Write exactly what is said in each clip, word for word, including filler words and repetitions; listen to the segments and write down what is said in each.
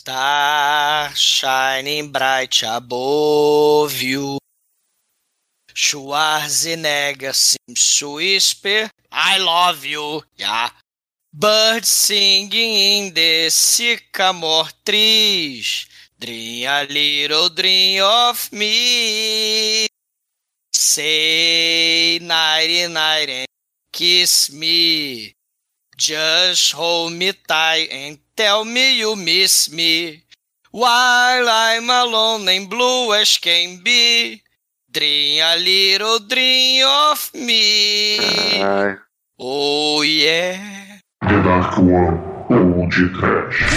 Star shining bright above you. Schwarzenegger seems to whisper, I love you. Yeah. Birds singing in the sycamore trees. Dream a little dream of me. Say nighty night and kiss me. Just hold me tight and tell me you miss me. While I'm alone and blue as can be. Dream a little dream of me. Ai. Oh yeah. The Dark One, ou de Trash.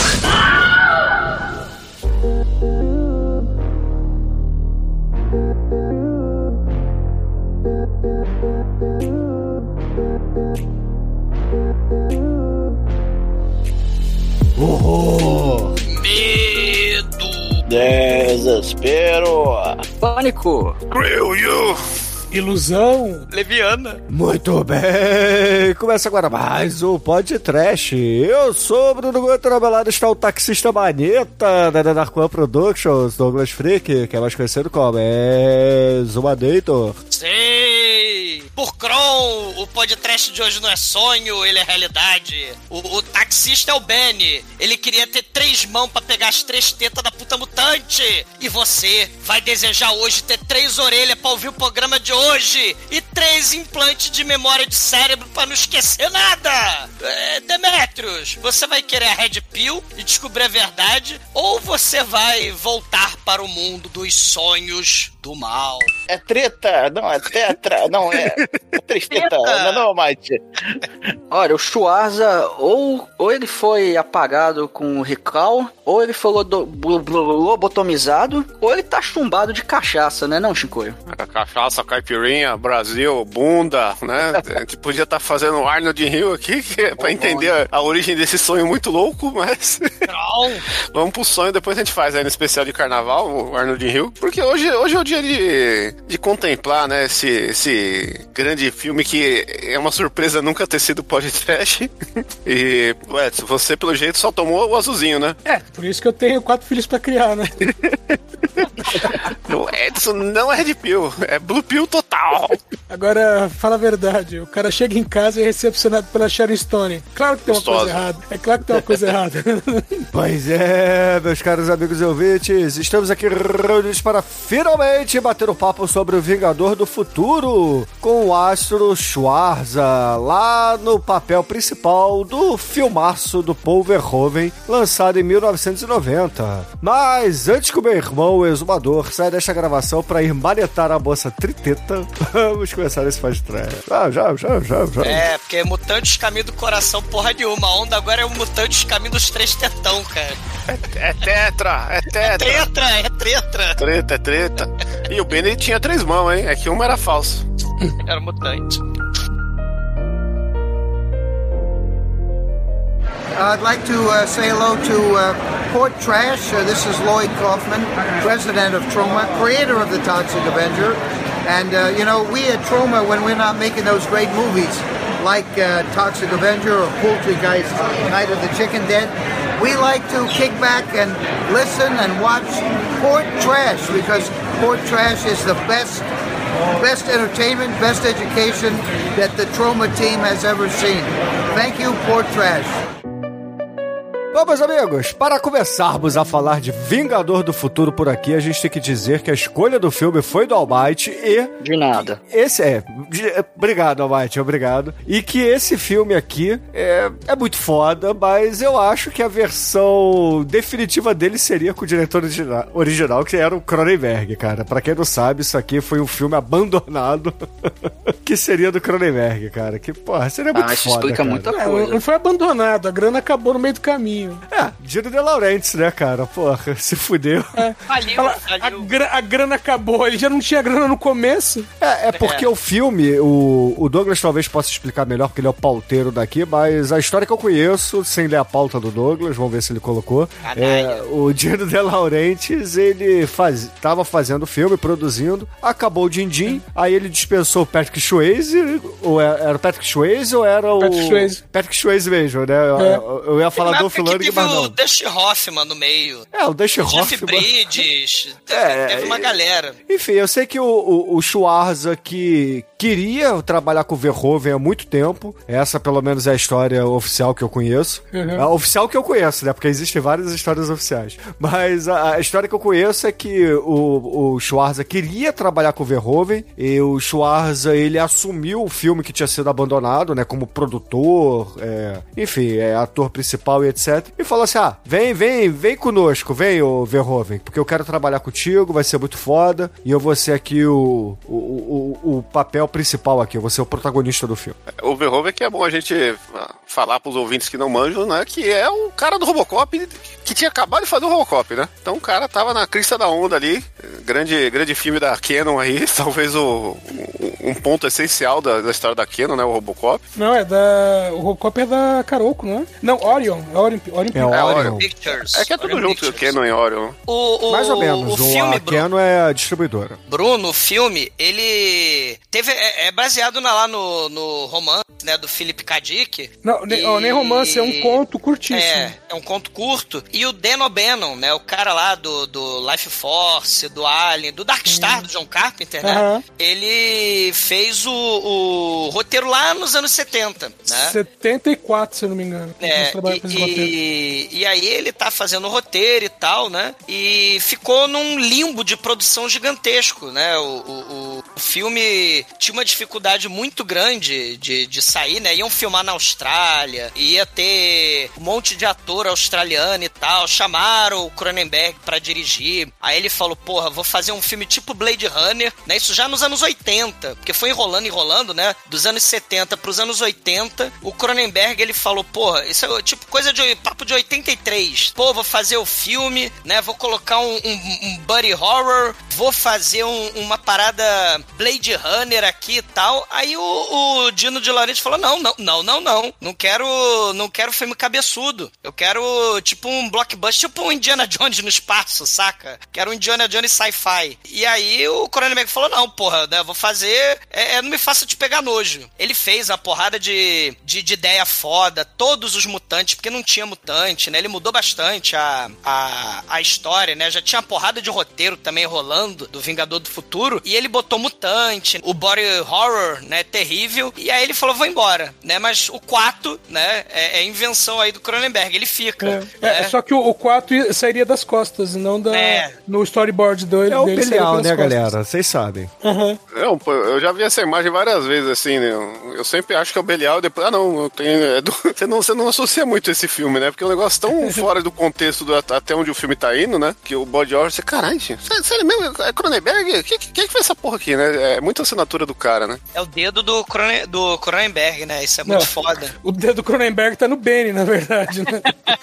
Horror! Medo! Desespero! Pânico! Grill Ilusão! Leviana! Muito bem! Começa agora mais um Podcast. Eu sou o Bruno Guto, na balada está o taxista maneta da Dark One Productions, Douglas Freak, que é mais conhecido como Exumadeito. Sei! Por Kron, o podcast de hoje não é sonho, ele é realidade. O, o taxista é o Benny. Ele queria ter três mãos pra pegar as três tetas da puta mutante. E você vai desejar hoje ter três orelhas pra ouvir o programa de hoje. E três implantes de memória de cérebro pra não esquecer nada. É, Demetrius, você vai querer a Red Pill e descobrir a verdade? Ou você vai voltar para o mundo dos sonhos do mal? É treta, não é tetra, não é, é tristeta, não é não, Mate. Olha, o Schwarza, ou, ou ele foi apagado com recall, ou ele foi lodo, bl, bl, lobotomizado, ou ele tá chumbado de cachaça, né não, Chicoio? Cachaça, caipirinha, Brasil, bunda, né? A gente podia estar tá fazendo o Arnold Hill aqui, que é pra entender a, a origem desse sonho muito louco, mas... Vamos pro sonho, depois a gente faz aí no especial de carnaval, o Arnold Hill, porque hoje, hoje é o dia de, de contemplar, né, esse, esse grande filme que é uma surpresa nunca ter sido podcast. E, ué, você pelo jeito só tomou o azulzinho, né? É, por isso que eu tenho quatro filhos pra criar, né? O Edson não é Red Pill, é Blue Pill total. Agora, fala a verdade, o cara chega em casa e é recepcionado pela Sharon Stone. Claro que tem uma Gostosa. coisa errada. É claro que tem uma coisa errada. Pois é, meus caros amigos e ouvintes, estamos aqui reunidos para finalmente bater um papo sobre o Vingador do Futuro com o astro Schwarza, lá no papel principal do filmaço do Paul Verhoeven, lançado em mil novecentos e noventa. Mas antes que o meu irmão, o exumador, saia desta gravação para ir manetar a moça triteta, vamos começar esse podcast. Já, já, já, já, já. É, porque Mutantes Caminho do Coração, porra nenhuma. A onda agora é o Mutantes Caminho dos Três Tetão, cara. É, é tetra, é tetra. É tretra, é tretra. Treta, é treta. E o Benny tinha três mãos, hein? É que uma era falso. Era mutante. I'd like to uh, say hello to uh, Port Trash. Uh, this is Lloyd Kaufman, president of Troma, creator of the Toxic Avenger. And, uh, you know, we at Troma, when we're not making those great movies like uh, Toxic Avenger or Poultrygeist, Night of the Chicken Dead, we like to kick back and listen and watch Port Trash, because Port Trash is the best best entertainment, best education that the Troma team has ever seen. Thank you, Port Trash. Bom, meus amigos, para começarmos a falar de Vingador do Futuro por aqui, a gente tem que dizer que a escolha do filme foi do Almighty e... De nada. Esse é... de, obrigado, Almighty, obrigado. E que esse filme aqui é, é muito foda, mas eu acho que a versão definitiva dele seria com o diretor original, original que era o Cronenberg, cara. Pra quem não sabe, isso aqui foi um filme abandonado que seria do Cronenberg, cara. Que, porra, seria muito ah, isso foda, explica cara. muita É, coisa. não foi abandonado, a grana acabou no meio do caminho. É, Gino De Laurentiis, né, cara? Porra, se fudeu. É. Faliu, Fala, a, faliu. gra- a grana acabou, ele já não tinha grana no começo. É, é porque É. o filme, o, o Douglas talvez possa explicar melhor, porque ele é o pauteiro daqui, mas a história que eu conheço, sem ler a pauta do Douglas, vamos ver se ele colocou, é, o Gino De Laurentiis, ele faz, tava fazendo o filme, produzindo, acabou o din-din, aí ele dispensou o Patrick Swayze, ou era, era o Patrick Swayze ou era o... Patrick Swayze. Patrick Swayze mesmo, né? Eu, É. eu- eu ia falar Na Dolph época que Bang, mas não. O Dustin Hoffman no meio. É, o Dustin Hoffman. Jeff Bridges. É, teve uma galera. Enfim, eu sei que o, o, o Schwarza que queria trabalhar com o Verhoeven há muito tempo. Essa, pelo menos, é a história oficial que eu conheço. Uhum. A oficial que eu conheço, né? Porque existem várias histórias oficiais. Mas a, a história que eu conheço é que o, o Schwarza queria trabalhar com o Verhoeven e o Schwarza, ele assumiu o filme que tinha sido abandonado, né? Como produtor, é, enfim, é ator principal e etcétera. E falou assim, ah, vem, vem, vem conosco, vem, ô Verhoeven, porque eu quero trabalhar contigo, vai ser muito foda e eu vou ser aqui o, o, o, o papel principal aqui, eu vou ser o protagonista do filme. O Verhoeven que é bom a gente falar pros ouvintes que não manjam, né? Que é o cara do Robocop que tinha acabado de fazer o Robocop, né? Então o cara tava na crista da onda ali, grande, grande filme da Canon aí, talvez o, um ponto essencial da, da história da Canon, né? O Robocop. Não, é da... O Robocop é da Carolco, não é? Não, Orion. É Orion, Orion, é Orion. Orion Pictures. É que é tudo Orion junto, Pictures. Canon e Orion. O, o, Mais ou menos. O, o filme, a Canon é a distribuidora. Bruno, o filme, ele teve, é, é baseado na, lá no, no romance, né, do Philip K. Dick. Não, e... nem, nem romance, é um conto curtíssimo. É, é um conto curto. E o Dan O'Bannon, né, o cara lá do, do Life Force, do Alien, do Dark Star, hum. do John Carpenter, né? Uhum. Ele fez o, o roteiro lá nos anos setenta, né? setenta e quatro, se eu não me engano. É, e, e, e aí ele tá fazendo o roteiro e tal, né? E ficou num limbo de produção gigantesco, né? O, o, o filme tinha uma dificuldade muito grande de, de sair, né? Iam filmar na Austrália, ia ter um monte de ator australiano e tal, chamaram o Cronenberg pra dirigir, aí ele falou, porra, vou fazer um filme tipo Blade Runner, né? Isso já nos anos oitenta, porque foi enrolando, enrolando, né? Dos anos setenta pros anos oitenta, o Cronenberg, ele falou, porra, isso é tipo coisa de papo de oitenta e três, pô, vou fazer o filme, né? Vou colocar um, um, um buddy horror, vou fazer um, uma parada Blade Runner aqui e tal, aí o, o Dino de Laurentiis falou, não, não, não, não, não, não quero, não quero filme cabeçudo, eu quero tipo um blockbuster, tipo um Indiana Jones no espaço, saca? Quero um Indiana Jones sci-fi. E aí o Cronenberg falou, não, porra, né, vou fazer, é, é, não me faça te pegar nojo. Ele fez uma porrada de, de, de ideia foda, todos os mutantes, porque não tinha mutante, né? Ele mudou bastante a, a, a história, né? Já tinha uma porrada de roteiro também rolando do Vingador do Futuro, e ele botou mutante, o body horror, né, terrível, e aí ele falou, vou embora, né? Mas o quatro, né, é, é invenção aí do Cronenberg, ele fica. É, né? é só que o, o quatro sairia das costas, não da, é. no storyboard dele. É o Belial, né, costas. Galera? Vocês sabem. Uhum. Eu, eu já vi essa imagem várias vezes, assim, né? Eu sempre acho que é o Belial, depois, ah, não, eu tenho, é do... você, não, você não associa muito esse filme, né? Porque é um negócio tão fora do contexto do, até onde o filme tá indo, né? Que o body horror, você, caralho, sério mesmo, é Cronenberg? Quem que, que, que fez essa porra aqui, né? É muita assinatura do cara, né? É o dedo do, Cronen, do Cronenberg, né? Isso é muito não, foda. O dedo do Cronenberg tá no Benny, na verdade, né?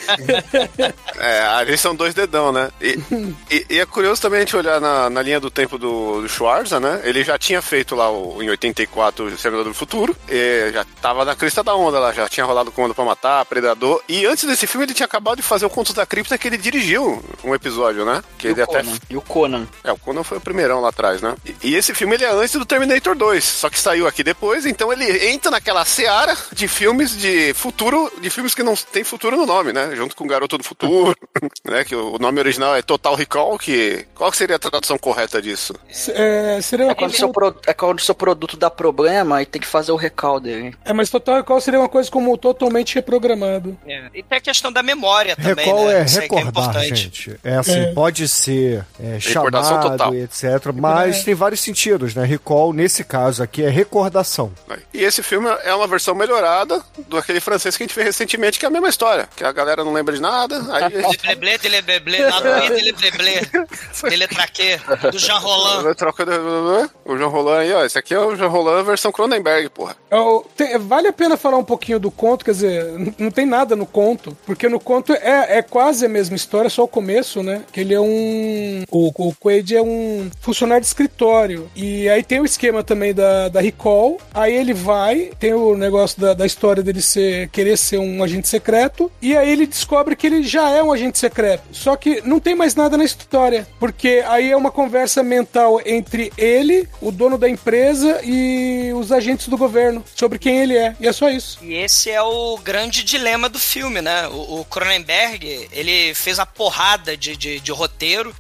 É, ali são dois dedão, né? E, e, e é curioso também a gente olhar na, na linha do tempo do, do Schwarza, né? Ele já tinha feito lá o, em oitenta e quatro o Exterminador do Futuro, e já tava na crista da onda lá, já tinha rolado o Comando pra Matar, Predador, e antes desse filme ele tinha acabado de fazer o Contos da Cripta, que ele dirigiu um episódio, né? Que e, ele o até... e o Conan. É, o Conan foi o primeirão lá atrás, né? E, e esse filme ele é antes do Terminator dois, só que saiu aqui depois, então ele entra naquela seara de filmes de futuro, de filmes que não tem futuro no nome, né? Junto com o Garoto do Futuro, né? Que o nome original é Total Recall, que... Qual que seria a tradução correta disso? É, seria é, quando coisa... seu pro... é quando o seu produto dá problema e tem que fazer o recall dele. É, mas Total Recall seria uma coisa como totalmente reprogramado. É. E tem a questão da memória também, recall né? é recordar, é gente. É assim, é. pode ser é, chamado, total. etcétera. Mas é. tem vários sentidos, né? Recall, nesse caso aqui, é recordação. E esse filme é uma versão melhorada do aquele francês que a gente fez recentemente, que é a mesma história. Que a galera não lembra de nada. Aí... Deleblé, deleblé, nada deleblé, deletraqué, do Jean Roland. O Jean Roland aí, ó. Esse aqui é o Jean Roland versão Cronenberg, porra. Oh, tem, vale a pena falar um pouquinho do conto, quer dizer, não tem nada no conto, porque no conto é, é quase a mesma história, só o começo, né? Que ele é um... O, o Quaid é um funcionário de escritório. E aí tem o esquema também da, da Recall. Aí ele vai, tem o negócio da, da história dele ser, querer ser um agente secreto. E aí ele descobre que ele já é um agente secreto. Só que não tem mais nada na história. Porque aí é uma conversa mental entre ele o dono da empresa e os agentes do governo, sobre quem ele é, e é só isso. E esse é o grande dilema do filme, né? O, o Cronenberg, ele fez a porrada de, de, de roteiro,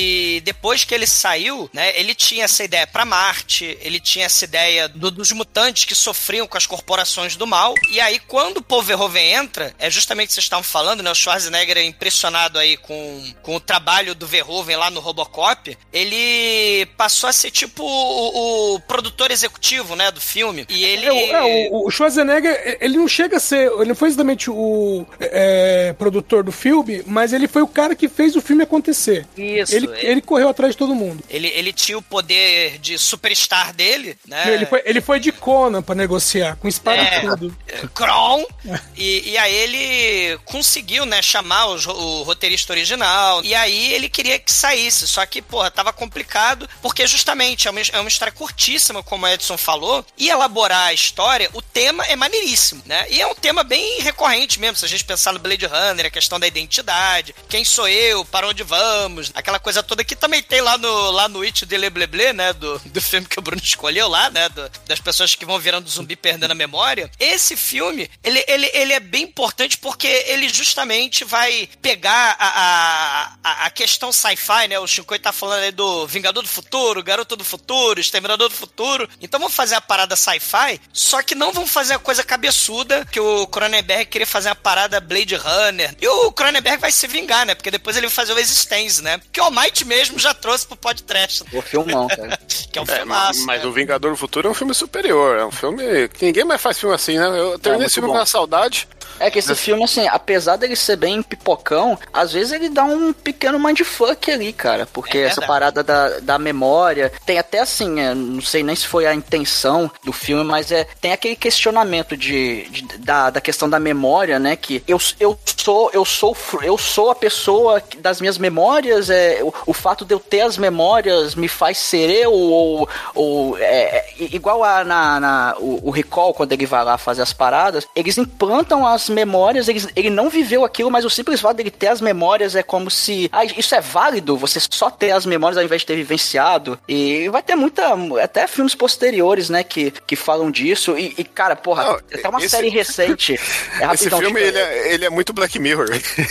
e depois que ele saiu, né, ele tinha essa ideia pra Marte, ele tinha essa ideia do, dos mutantes que sofriam com as corporações do mal, e aí quando o Paul Verhoeven entra, é justamente o que vocês estavam falando, né? O Schwarzenegger é impressionado aí com, com o trabalho do Verhoeven lá no Robocop, ele passou a ser tipo o, o produtor executivo, né, do filme, e ele... É, é, o, o Schwarzenegger, ele não chega a ser, ele não foi exatamente o é, produtor do filme, mas ele foi o cara que fez o filme acontecer. Isso. Ele, ele... ele correu atrás de todo mundo. Ele, ele tinha o poder de superstar dele, né? Ele foi, ele foi de Conan pra negociar, com espada é, e tudo. Kron, e, e aí ele conseguiu, né, chamar o, o roteirista original, e aí ele queria que saísse, só que, porra, tava complicado, porque justamente é uma, é uma história curtíssima, como o Edson falou, e elaborar a história, o tema é maneiríssimo, né? E é um tema bem recorrente mesmo, se a gente pensar no Blade Runner, a questão da identidade, quem sou eu, para onde vamos, aquela coisa toda que também tem lá no, lá no It de Lebleble, né, do, do filme que o Bruno escolheu lá, né, do, das pessoas que vão virando zumbi perdendo a memória. Esse filme, ele, ele, ele é bem importante porque ele justamente vai pegar a, a, a questão sci-fi, né, o Shinkoi tá falando aí do Vingador do Futuro, Garoto do Futuro, Exterminador do Futuro, então vamos fazer a parada sci-fi, só que não vamos fazer a coisa cabeçuda que o Cronenberg queria fazer a parada Blade Runner, e o Cronenberg vai se vingar, né, porque depois ele vai fazer o Existence, né, que o Almighty mesmo já trouxe pro podcast. O filmão, cara. Que é um é, filmaço, mas né? o Vingador do Futuro é um filme superior, é um filme que ninguém mais faz filme assim, né? Eu terminei É, esse filme bom. com a saudade. É que esse filme, assim, apesar dele ser bem pipocão, às vezes ele dá um pequeno mindfuck ali, cara. Porque É essa verdade. parada da, da memória, tem até assim, é, não sei nem se foi a intenção do filme, mas é tem aquele questionamento de, de- da, da questão da memória, né? Que eu, eu sou eu sou fr- eu sou a pessoa que- das minhas memórias, é, o, o fato de eu ter as memórias me faz ser eu, ou, ou é, é, igual a, na, na- o, o Recall, quando ele vai lá fazer as paradas, eles implantam as memórias, ele, ele não viveu aquilo, mas o simples fato dele ter as memórias é como se, ah, isso é válido, você só ter as memórias ao invés de ter vivenciado, e vai ter muita, até filmes posteriores, né, que, que falam disso, e, e, cara, porra, Não, até uma esse- série recente, é Esse rapidão, filme, tipo, ele é, ele é muito Black Mirror.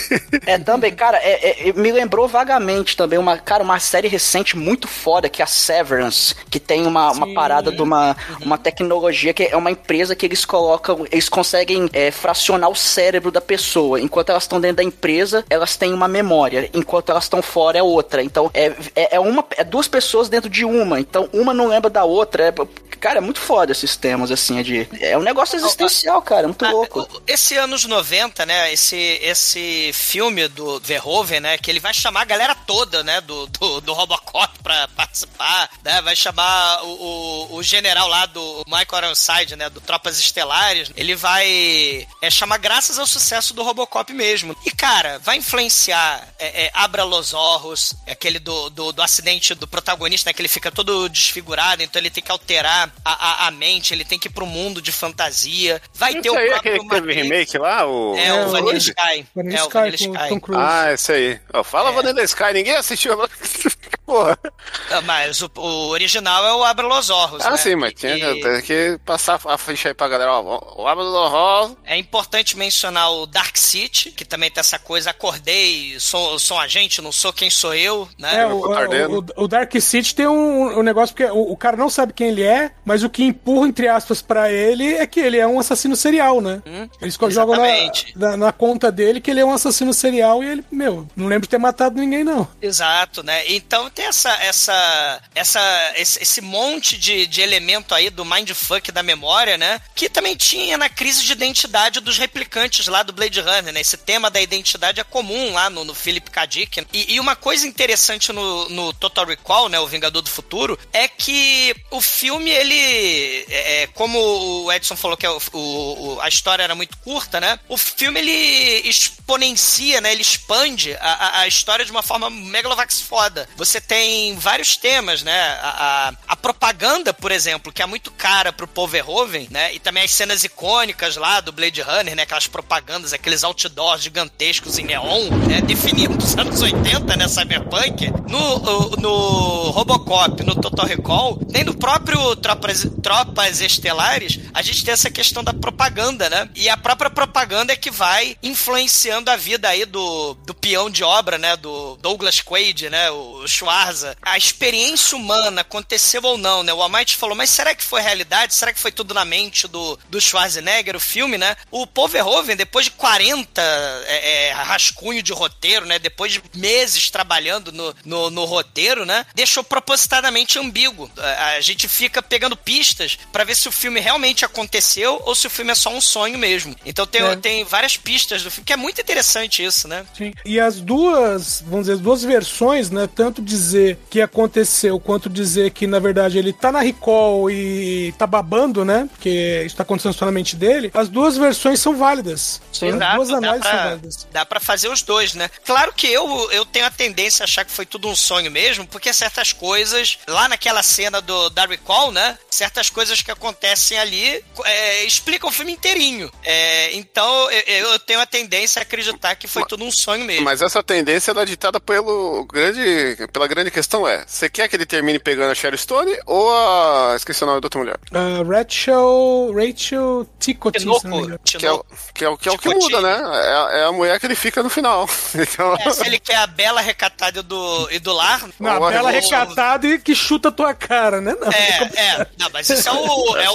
é, também, cara, é, é, me lembrou vagamente também uma, cara, uma série recente muito foda, que é a Severance, que tem uma, uma Sim. parada de uma, uma tecnologia que é uma empresa que eles colocam, eles conseguem é, fracionar o cérebro da pessoa. Enquanto elas estão dentro da empresa, elas têm uma memória. Enquanto elas estão fora, é outra. Então, é, é, é, uma, é duas pessoas dentro de uma. Então, uma não lembra da outra. É, cara, é muito foda esses temas, assim, é de... É um negócio existencial, cara, é muito Ah, louco. o- Esse anos noventa, né, esse, esse filme do Verhoeven, né, que ele vai chamar a galera toda, né, do, do, do Robocop pra participar, né, vai chamar o, o, o general lá do Michael Ironside, né, do Tropas Estelares, ele vai é, chamar graças ao sucesso do Robocop mesmo. E, cara, vai influenciar é, é, Abra Los Ojos, aquele do, do, do acidente do protagonista, né, que ele fica todo desfigurado, então ele tem que alterar a, a, a mente, ele tem que ir pro mundo de fantasia. Vai ter Isso o aí, próprio aquele que teve Matrix. remake lá? O... É, o É, Vanilla o- Sky. Vanilla É, o Sky Vanilla com Sky. Tom Cruise. Ah, esse aí. Ó, fala É. Vanilla Sky, ninguém assistiu. Porra. Ah, Mas o, o original é o Abra Los Ojos, Ah, né? sim, mas E- tinha e tem que passar a ficha aí pra galera. Ó, o Abra do Horror. é importante mencionar o Dark City, que também tem essa coisa, acordei, sou, sou um agente, não sou quem sou eu, né? É, no o, Cotardeno. o, o Dark City tem um, um negócio porque o, o cara não sabe quem ele é, mas o que empurra, entre aspas, pra ele é que ele é um assassino serial, né? Hum, Eles jogam na, exatamente. na, na conta dele que ele é um assassino serial e ele, meu, não lembro de ter matado ninguém, não. Exato, né? Então tem essa, essa, essa, esse, esse monte de, de elemento aí do mindfuck da memória, né? Que também tinha na crise de identidade dos replicantes lá do Blade Runner, né? Esse tema da identidade é comum lá no, no Philip K. Dick. E, e uma coisa interessante no, no Total Recall, né? O Vingador do Futuro, é que o filme, ele... É, como o Edson falou que é o, o, a história era muito curta, né? O filme, ele exponencia, né? Ele expande a, a, a história de uma forma megalovax foda. Você tem vários temas, né? A, a, a propaganda, por exemplo, que é muito cara pro Paul Verhoeven, né? E também as cenas icônicas lá do Blade Runner, né? Aquelas propagandas, aqueles outdoors gigantescos em neon, né? Definindo dos anos oitenta, né? Cyberpunk. No, no Robocop, no Total Recall, nem no próprio Tropas, Tropas Estelares, a gente tem essa questão da propaganda, né? E a própria propaganda é que vai influenciando a vida aí do, do peão de obra, né? Do Douglas Quaid, né? O Schwarza. A experiência humana aconteceu ou não, né? O Almighty falou, mas será que foi realidade? Será que foi tudo na mente do, do Schwarzenegger, o filme, né? O Paul Verhoeven, depois de quarenta é, é, rascunho de roteiro, né? Depois de meses trabalhando no, no, no roteiro, né? Deixou propositadamente ambíguo. A, a gente fica pegando pistas pra ver se o filme realmente aconteceu ou se o filme é só um sonho mesmo. Então tem, é. tem várias pistas do filme, que é muito interessante isso, né? Sim. E as duas, vamos dizer, as duas versões, né? Tanto dizer que aconteceu, quanto dizer que, na verdade, ele tá na recall e tá babando, né? Porque isso tá acontecendo só na mente dele. As duas versões são válidas. Sim, as dá, duas dá análises pra, são válidas. Dá pra fazer os dois, né? Claro que eu, eu tenho a tendência a achar que foi tudo um sonho mesmo, porque certas coisas, lá naquela cena do da recall, né? Certas coisas que acontecem ali é, explicam o filme inteirinho. É, então, eu, eu tenho a tendência a acreditar que foi tudo um sonho mesmo. Mas essa tendência ela é ditada pelo grande, pela grande questão é, você quer que ele termine pegando a Sharon Stone ou a... esqueci o nome da outra mulher? Uh, Rachel... Rachel Ticotin. Que é o que, é, que, é o que muda, né? É, é a mulher que ele fica no final. Então... É, se ele quer a bela recatada do, e do lar... Não, a bela recatada e que chuta a tua cara, né? Não, é, é. Não, mas isso é o... é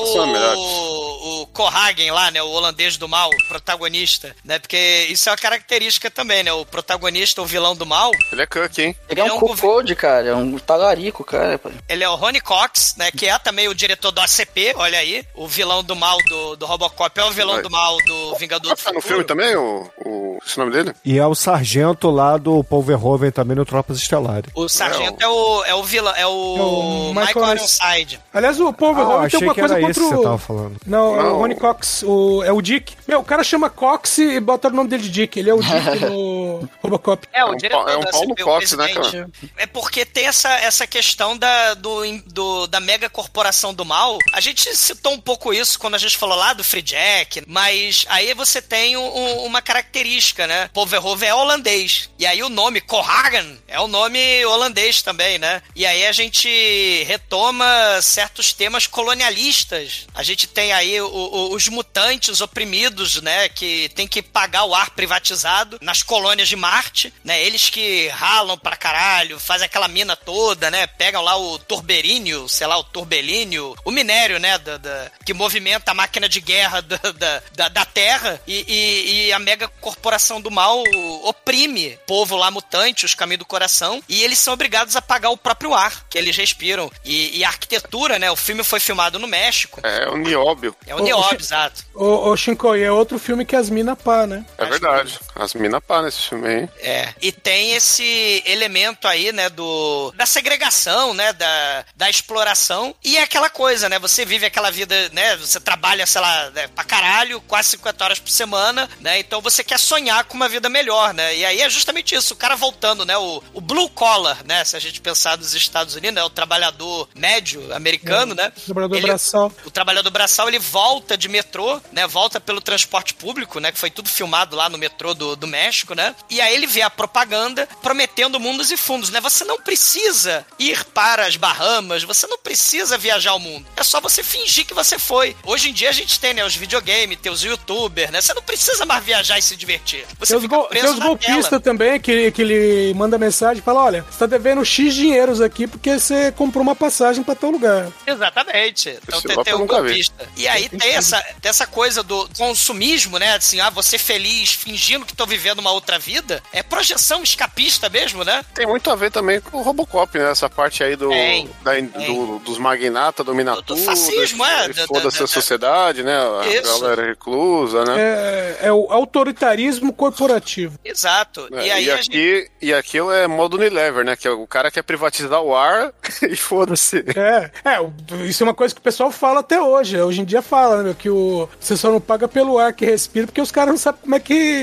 o, o Corhagen lá, né? O holandês do mal, protagonista, né? Porque isso é uma característica também, né? O protagonista, o vilão do mal... Ele é Cook, hein? Ele, ele é um cocode, gov... cara. É um talarico, cara. Ele é o Ronnie Cox, né? Que é também o diretor do A C P, olha aí. O vilão do mal do, do Robocop é o vilão Vai. do mal do Vingador do Futuro. Tá no filme também, o, o... esse nome dele? E é o sargento lá do Paul Verhoeven também no Tropas Estelares. O sargento é o, é o vilão, é o, é o Michael Ironside. Aliás, o Paul Verhoeven ah, tem uma coisa contra o... Você tava falando. Não, Não, o Ronnie Cox, o... é o Dick. Meu, o cara chama Cox e bota o nome dele de Dick. Ele é o Dick no Robocop. É, o diretor é um, é um da Paulo C P, Cox, né, cara? É porque tem essa, essa questão da, do, do, da mega corporação do mal. A gente citou um pouco isso quando a gente falou lá do Free Jack, mas aí você tem um, uma característica, né? Paul Verhoeven é holandês. E aí o nome Corhagen é o nome holandês também, né? E aí a gente retoma certos temas colonialistas. A gente tem aí o, o, os mutantes oprimidos, né? Que tem que pagar o ar privatizado nas colônias de Marte, né? Eles que ralam pra caralho, fazem aquela mina toda, né? Pegam lá o turberínio, sei lá, o turbelínio, o minério, né? Da, da, que movimenta a máquina de guerra da, da, da, da Terra e, e, e a mega corporação do mal oprime o povo lá mutante, os caminhos do coração, e eles são obrigados a pagar o próprio ar que eles respiram. E, e a arquitetura, né? O filme foi filmado no México. É o nióbio. É o nióbio, exato. Ô, ô Shinkoi, é outro filme que as mina pá, né? É verdade. As mina pá nesse filme aí. É. E tem esse elemento aí, né, do da segregação, né, da, da exploração. E é aquela coisa, né, você vive aquela vida, né, você trabalha, sei lá, né, pra caralho, quase cinquenta horas por semana, né, então você quer sonhar com uma vida melhor, né, e aí é justamente isso, o cara voltando, né, o, o blue collar, né, se a gente pensar nos Estados Unidos, né, o trabalhador médio americano, é, né. O trabalhador ele, braçal. O trabalhador braçal, ele volta de metrô, né, volta pelo transporte público, né, que foi tudo filmado lá no metrô do, do México, né, e aí ele vê a propaganda prometendo mundos e fundos, né, você não precisa ir para as Bahamas, você não precisa viajar ao mundo, é só você fingir que você foi. Hoje em dia a gente tem, né, os videogames, tem os youtubers, né, você não precisa mais viajar e se divertir, você tem fica os preso tem os na golpistas tela. também, que, que ele manda mensagem e fala, olha, você tá devendo X dinheiros aqui porque você comprou uma passagem pra tal lugar. Exatamente. Então Esse tem, tem o golpista. Vi. E aí tem, tem essa, tem essa coisa do consumismo, né, assim, ah, você feliz, fingindo que tô vivendo uma outra vida, é projeção escapista mesmo, né? Tem muito a ver também com o Robocop, né? Essa parte aí do, tem, da, tem. do dos magnatas dominar tudo. Do fascismo, é. Foda-se a sociedade, né? A Isso. galera reclusa, né? É, é o autoritarismo corporativo. Exato. É, e aí e, a aqui, gente... e aquilo é modo Unilever, né? Que o cara quer privatizar o ar e foda-se. É, é, isso é uma coisa que o pessoal fala até hoje. Hoje em dia fala, né, meu, que o, você só não paga pelo ar que respira porque os caras não sabem como é que segura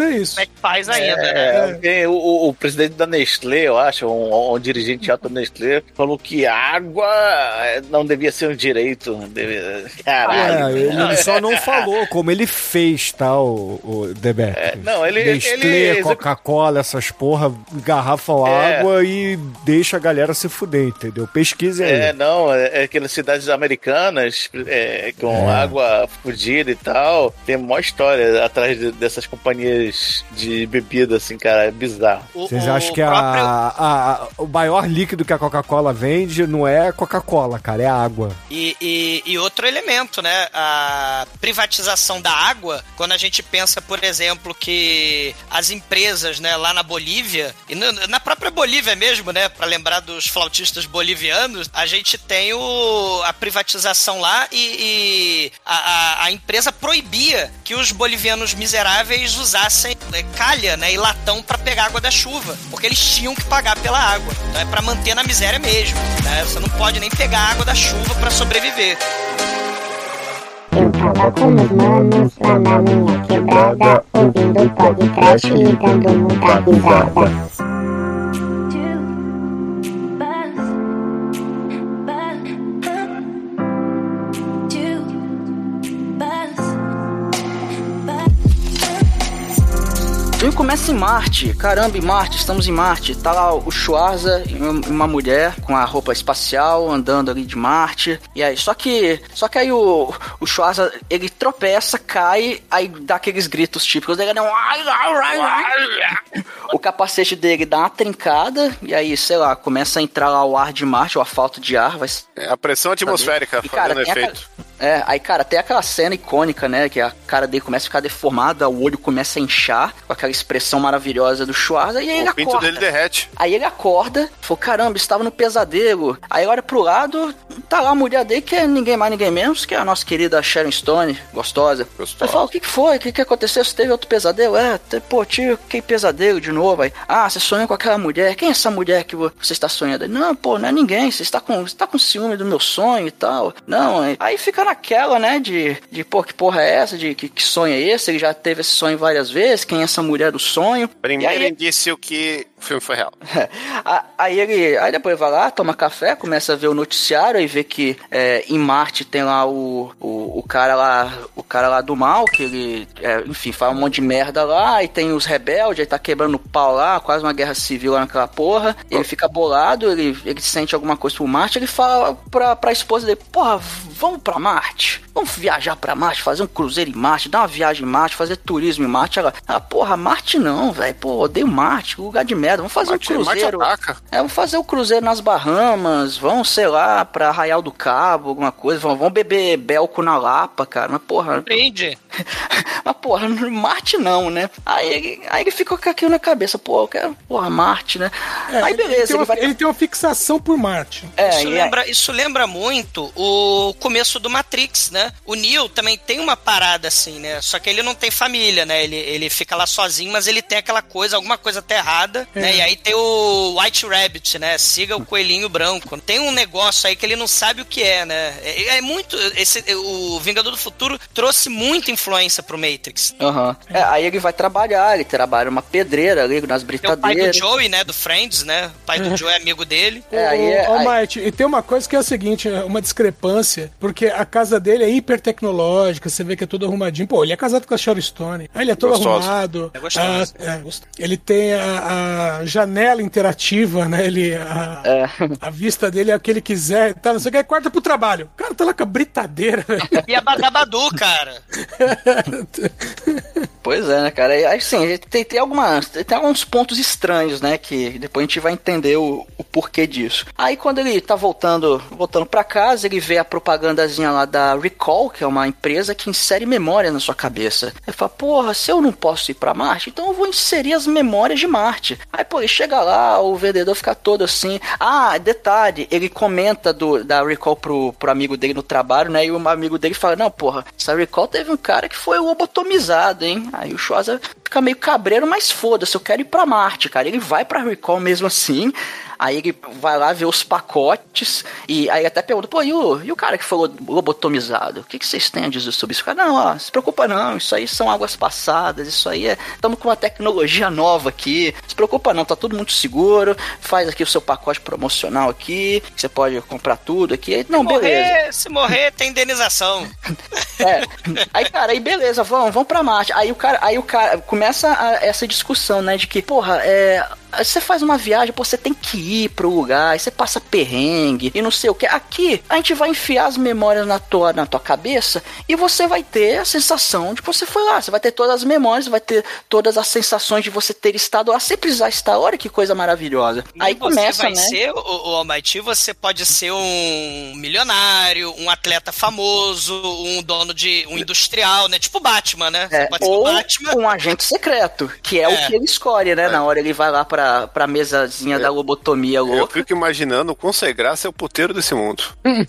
futuro é isso. Como é que faz ainda, é, né? É. O, o, o presidente da Nestlé, eu acho, um, um dirigente alto da Nestlé, falou que água não devia ser um direito. Devia... Caralho. É, ele só não falou como ele fez, tá, o, o Debeck. É, não, ele... Nestlé, ele... Coca-Cola, essas porra, engarrafam É. água e deixa a galera se fuder, entendeu? Pesquise aí. É, não, é, é aquelas cidades americanas é, com É. água fodida e tal. Tem uma história atrás de- dessas companhias de bebida, assim, cara, é bizarro. O- Vocês o acham que a, próprio- a- a- o maior líquido que a Coca-Cola vende não é Coca-Cola, cara, é água. E, e, e outro elemento, né? A privatização da água, quando a gente pensa, por exemplo, que as empresas, né, lá na Bolívia, e na, na própria Bolívia mesmo, né, pra lembrar dos flautistas bolivianos, a gente tem o, a privatização lá e, e a, a, a empresa proibia que os bolivianos miseráveis usassem é, calha, né, e latão pra pegar água da chuva, porque eles tinham que pagar pela água. Então é pra manter na miséria mesmo, né? Você não pode nem pegar água da chuva pra sobreviver. Eu tava com meus manos lá na minha quebrada, ouvindo podcast e dando muita risada. O filme começa em Marte, caramba, em Marte, estamos em Marte. Tá lá o Schwarza e uma mulher com a roupa espacial andando ali de Marte. E aí, só que, só que aí o, o Schwarza, ele tropeça, cai, aí dá aqueles gritos típicos dele, né? O capacete dele dá uma trincada e aí, sei lá, começa a entrar lá o ar de Marte, ou a falta de ar, vai. É a pressão atmosférica E, cara, fazendo tem efeito. aquela- É, aí, cara, tem aquela cena icônica, né? Que a cara dele começa a ficar deformada, o olho começa a inchar, com aquela expressão maravilhosa do Schwarza, e aí ele O pinto acorda. dele derrete. Aí ele acorda, falou, caramba, estava no pesadelo. Aí olha pro lado, tá lá a mulher dele, que é ninguém mais, ninguém menos, que é a nossa querida Sharon Stone, gostosa. Gostosa. Aí fala, o que que foi? O que que aconteceu? Você teve outro pesadelo? É, te- pô, tio, que pesadelo de novo. Aí, ah, você sonhou com aquela mulher. Quem é essa mulher que vo- você está sonhando? Ele, não, pô, não é ninguém, você está com, você está com ciúme do meu sonho e tal. Não, aí- aí fica naquela, né, de, de pô, que porra é essa? De que, que sonho é esse? Ele já teve esse sonho várias vezes, quem é essa mulher do sonho? Primeiro E aí- indício que o filme foi real. A- Aí ele, aí depois vai lá, toma café, começa a ver o noticiário e vê que é, em Marte tem lá o, o, o cara lá, o cara lá do mal, que ele, é, enfim, faz um monte de merda lá, e tem os rebeldes, aí tá quebrando o pau lá, quase uma guerra civil lá naquela porra. Ele fica bolado, ele, ele sente alguma coisa por Marte, ele fala pra, pra esposa dele, porra, vamos pra Marte? Vamos viajar pra Marte, fazer um cruzeiro em Marte, dar uma viagem em Marte, fazer turismo em Marte. Ela, ah, porra, Marte não, velho, pô, odeio Marte, lugar de merda, vamos fazer Marte- um Marte cruzeiro. ataca. É, vamos fazer o cruzeiro nas Bahamas, vamos, sei lá, pra Arraial do Cabo, alguma coisa, vamos, vamos beber Belco na Lapa, cara, mas porra, Prende. mas porra, Marte não, né? Aí ele, aí ele ficou com aquilo na cabeça, pô, eu quero, porra, Marte, né? É, aí ele, beleza, tem ele uma, vai... ele tem uma fixação por Marte. É, Isso e aí- lembra, isso lembra muito o começo do Matrix, né? O Neo também tem uma parada assim, né? Só que ele não tem família, né? Ele, ele fica lá sozinho, mas ele tem aquela coisa, alguma coisa tá errada, É. né? E aí tem o White Rabbit, né? Siga o coelhinho branco. Tem um negócio aí que ele não sabe o que é, né? É, é muito... Esse, o Vingador do Futuro trouxe muita influência pro Matrix. Aham. É, aí ele vai trabalhar, ele trabalha uma pedreira ali nas Tem o pai do britadeiras. Joey, né? Do Friends, né? O pai do Joey é amigo dele. É, aí é- Ô, ô, aí- Marte, e tem uma coisa que é o seguinte, é uma discrepância, porque a casa dele é hiper tecnológica, você vê que é tudo arrumadinho. Pô, ele é casado com a Sharon Stone, aí ele é todo Gostoso. arrumado. É gostoso. Ah, é, gost- ele tem a, a janela interativa, né? Ele, a, É. a vista dele é o que ele quiser, tá, não sei o que, aí corta pro trabalho. O cara tá lá com a britadeira, velho. E a Badabadu, cara. Pois é, né, cara? E, assim, tem, tem, algumas, tem alguns pontos estranhos, né? Que depois a gente vai entender o, o porquê disso. Aí quando ele tá voltando, voltando pra casa, ele vê a propagandazinha lá da Recall, que é uma empresa que insere memória na sua cabeça. Ele fala, porra, se eu não posso ir pra Marte, então eu vou inserir as memórias de Marte. Aí, pô, ele chega lá, o vendedor fica todo assim. Ah, detalhe, ele comenta do, da Recall pro, pro amigo dele no trabalho, né? E o amigo dele fala, não, porra, essa Recall teve um cara que foi lobotomizado, hein? Aí o Schwarza fica meio cabreiro, mas foda-se, eu quero ir pra Marte, cara. Ele vai pra Recall mesmo assim. Aí ele vai lá ver os pacotes e aí até pergunta, pô, e o, e o cara que foi lobotomizado? O que, que vocês têm a dizer sobre isso? O cara, não, ó, se preocupa não, isso aí são águas passadas, isso aí é... Estamos com uma tecnologia nova aqui, se preocupa não, tá tudo muito seguro, faz aqui o seu pacote promocional aqui, você pode comprar tudo aqui. Aí, não, se beleza. Morrer, se morrer, tem indenização. É. Aí, cara, aí beleza, vamos, vamos pra Marte. Aí o cara, aí o cara começa a, essa discussão, né, de que, porra, é... Você faz uma viagem, pô, você tem que ir pro lugar, aí você passa perrengue e não sei o que. Aqui, a gente vai enfiar as memórias na tua, na tua cabeça e você vai ter a sensação de que você foi lá. Você vai ter todas as memórias, vai ter todas as sensações de você ter estado lá sem precisar estar. Olha que coisa maravilhosa. E aí você começa, vai né? ser, o, o Almighty, você pode ser um milionário, um atleta famoso, um dono de... um industrial, né? Tipo Batman, né? É, você pode ou ser o Batman. um agente secreto, que é, É. o que ele escolhe, né? É. Na hora ele vai lá pra Pra, pra mesazinha é. da lobotomia louca. Eu fico imaginando o quão sem graça é o puteiro desse mundo.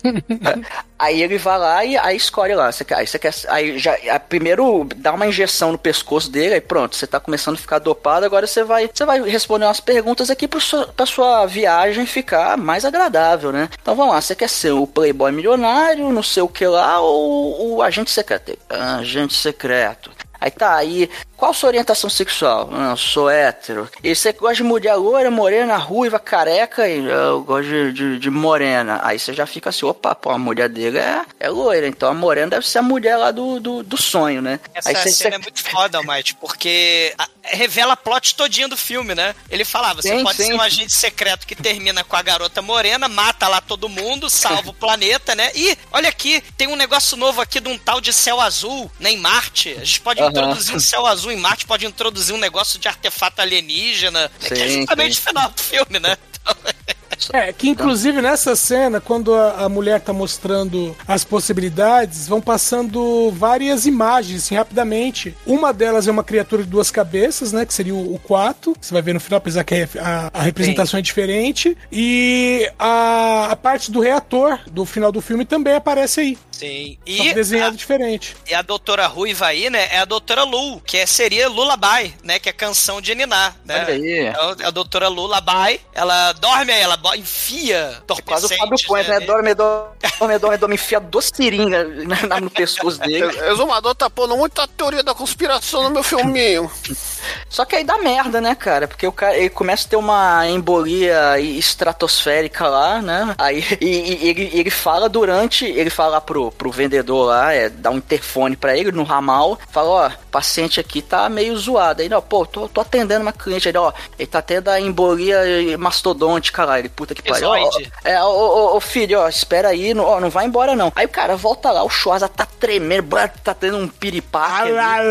Aí ele vai lá e aí escolhe lá. Você quer, aí você quer. Aí já. Aí primeiro dá uma injeção no pescoço dele, aí pronto, você tá começando a ficar dopado, agora você vai. Você vai responder umas perguntas aqui pra sua, pra sua viagem ficar mais agradável, né? Então vamos lá, você quer ser o playboy milionário, não sei o que lá, ou o agente secreto? Agente secreto. Aí tá, aí, qual sua orientação sexual? Ah, eu sou hétero. E você gosta de mulher loira, morena, ruiva, careca? E eu gosto de, de, de morena. Aí você já fica assim, opa, pô, a mulher dele é, é loira, então a morena deve ser a mulher lá do, do, do sonho, né? Essa aí cena você... é muito foda, Almighty, porque a, revela a plot todinho do filme, né? Ele falava, você sim, pode sim. ser um agente secreto que termina com a garota morena, mata lá todo mundo, salva o planeta, né? E, olha aqui, tem um negócio novo aqui de um tal de céu azul, né, em Marte. A gente pode uhum. introduzir um céu azul em Marte, pode introduzir um negócio de artefato alienígena, sim, que é justamente sim. o final do filme, né? Então... É, que inclusive nessa cena, quando a, a mulher tá mostrando as possibilidades, vão passando várias imagens, assim, rapidamente. Uma delas é uma criatura de duas cabeças, né, que seria o, o Quato. Você vai ver no final, apesar que a, a representação Sim. é diferente. E a, a parte do reator do final do filme também aparece aí. Sim. E só desenhado a, diferente. E a doutora Ruiva aí, né, é a doutora Lu, que é, seria Lullaby, né, que é canção de Niná, né? Olha aí. Então, a doutora Lullaby, ela dorme aí, ela enfia quase o Fábio Ponte, né? Dorme, dorme, dorme, dorme, enfia duas seringas no pescoço dele. O exumador tá pondo muita teoria da conspiração no meu filminho. Só que aí dá merda, né, cara? Porque o cara, ele começa a ter uma embolia estratosférica lá, né? Aí e, e, ele, ele fala durante, ele fala pro, pro vendedor lá, é, dá um interfone pra ele no ramal, fala, ó, o paciente aqui tá meio zoado. Aí, ó, pô, tô, tô atendendo uma cliente aí, ó, ele tá tendo a embolia mastodôntica lá, ele, puta que pariu. Ó, ó, é, ó, ó, ó, filho, ó, espera aí, não, ó, não vai embora não. Aí o cara volta lá, o Schwarza tá tremendo, tá tendo um piripaque.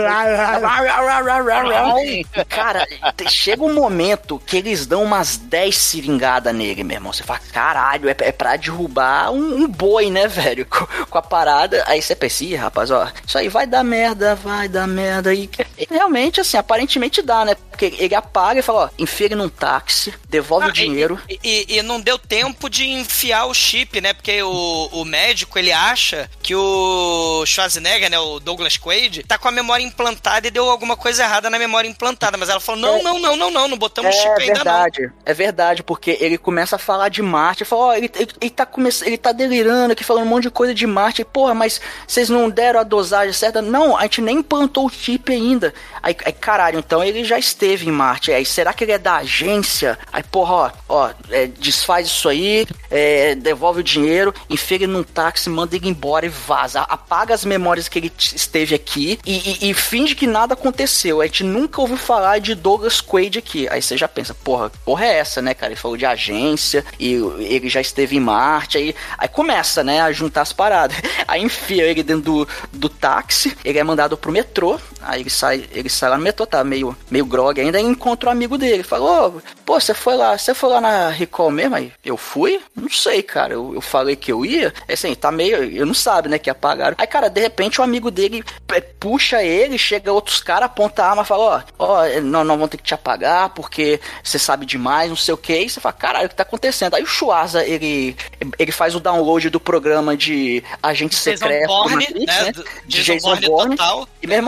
Cara, chega um momento que eles dão umas dez seringadas nele, meu irmão. Você fala, caralho, é, é pra derrubar um, um boi, né, velho? Com, com a parada. Aí você pensa, ih, rapaz, ó, isso aí vai dar merda, vai dar merda. E, e realmente, assim, aparentemente dá, né? Porque ele apaga e fala, ó, enfia ele num táxi, devolve ah, o dinheiro. E, e, e não deu tempo de enfiar o chip, né? Porque o, o médico, ele acha que o Schwarzenegger, né, o Douglas Quaid, tá com a memória implantada e deu alguma coisa errada na memória implantada. Mas ela falou, não, é, não, não, não, não, não botamos é chip ainda verdade, não. É verdade, porque ele começa a falar de Marte, fala, ó, ele, ele, ele, tá come... ele tá delirando aqui, falando um monte de coisa de Marte. E, porra, mas vocês não deram a dosagem certa? Não, a gente nem implantou o chip ainda. Aí, aí caralho, então ele já esteve em Marte. Aí, será que ele é da agência? Aí, porra, ó, ó, é, desfaz isso aí, é, devolve o dinheiro, enfia ele num táxi, manda ele embora e vaza. Apaga as memórias que ele esteve aqui e, e, e finge que nada aconteceu. A gente nunca ouviu falar de Douglas Quaid aqui. Aí você já pensa, porra, porra é essa, né, cara? Ele falou de agência e ele já esteve em Marte. Aí, aí começa, né, a juntar as paradas. Aí enfia ele dentro do, do táxi, ele é mandado pro metrô. Aí ele sai, ele sai lá no metrô, tá meio, meio grog ainda, e encontra o um amigo dele. Falou, pô, você foi lá, você foi lá na Recall mesmo? Aí, eu fui? Não sei, cara, eu, eu falei que eu ia. É assim, tá meio, eu não sabe, né, que apagaram. Aí, cara, de repente o amigo dele puxa ele, chega outros caras, aponta a arma e fala, ó, ó, não, não vão ter que te apagar, porque você sabe demais, não sei o que. E você fala, caralho, o que tá acontecendo? Aí o Schwarza, ele, ele faz o download do programa de agente secreto, Bourne, Matrix, né? né? Do, de Jason Bourne. Total. E, meu irmão, ele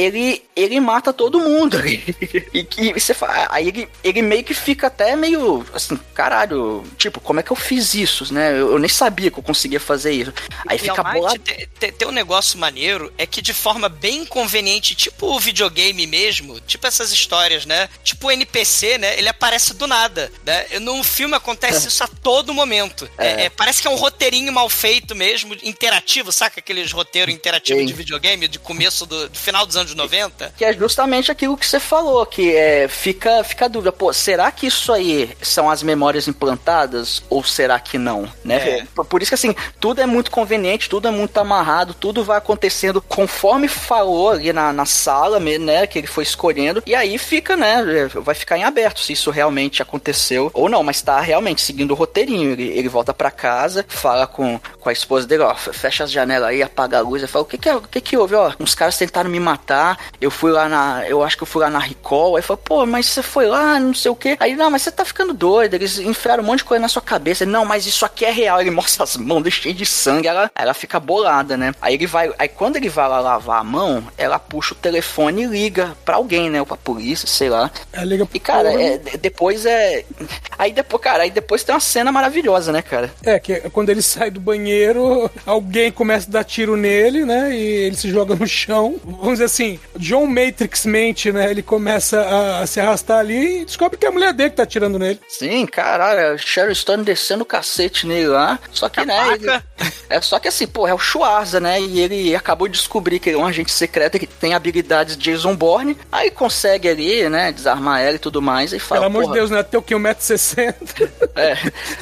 ele, ele mata todo mundo. E que você fala, aí ele, ele meio que fica até meio assim, caralho, tipo, como é que eu fiz isso, né? Eu, eu nem sabia que eu conseguia fazer isso. Aí e fica bolado. Tem, tem um negócio maneiro, é que de forma bem conveniente, tipo o videogame mesmo, tipo essas histórias, né? Tipo o N P C, né? Ele aparece do nada, né? No filme acontece isso a todo momento. É. É, é, parece que é um roteirinho mal feito mesmo, interativo, saca? Aqueles roteiros interativos de videogame de começo do, do final dos anos noventa. Que é justamente aquilo que você falou, que é, fica, fica a dúvida, pô, será que isso aí são as memórias implantadas ou será que não, né? É. Por, por isso que assim, tudo é muito conveniente, tudo é muito amarrado, tudo vai acontecendo conforme falou ali na, na sala, né, que ele foi escolhendo, e aí fica, né, vai ficar em aberto se isso realmente aconteceu ou não, mas tá realmente seguindo o roteirinho. Ele, ele volta pra casa, fala com, com a esposa dele, ó, fecha as janelas aí, apaga a luz, ele fala, o que que, o que que houve, ó, uns caras tentaram me matar, eu fui lá na, eu acho que eu fui lá na Recall, aí fala, pô, mas você foi lá, não sei o que, aí, não, mas você tá ficando doido, eles enfiaram um monte de coisa na sua cabeça, ele, não, mas isso aqui é real, ele mostra as mãos cheias de sangue, ela, ela fica bolada, né, aí ele vai, aí quando ele vai lá lavar a mão, ela puxa o telefone e liga pra alguém, né, ou pra polícia, sei lá, ela liga e cara, é, depois é, aí depois, cara, aí depois tem uma cena maravilhosa, né, cara. É, que quando ele sai do banheiro, alguém começa a dar tiro nele, né, e ele se joga no chão, vamos dizer assim, John Matrix mente, né, ele começa a, a se arrastar ali e descobre que é a mulher dele que tá atirando nele. Sim, caralho, Sharon Stone descendo o cacete nele lá, só que, né, ele, é só que assim, pô, é o Schwarza, né, e ele acabou de descobrir que ele é um agente secreto que tem habilidades de Jason Bourne, aí consegue ali, né, desarmar ela e tudo mais, e fala, pelo amor de Deus, né, tem o que, um metro e sessenta? É,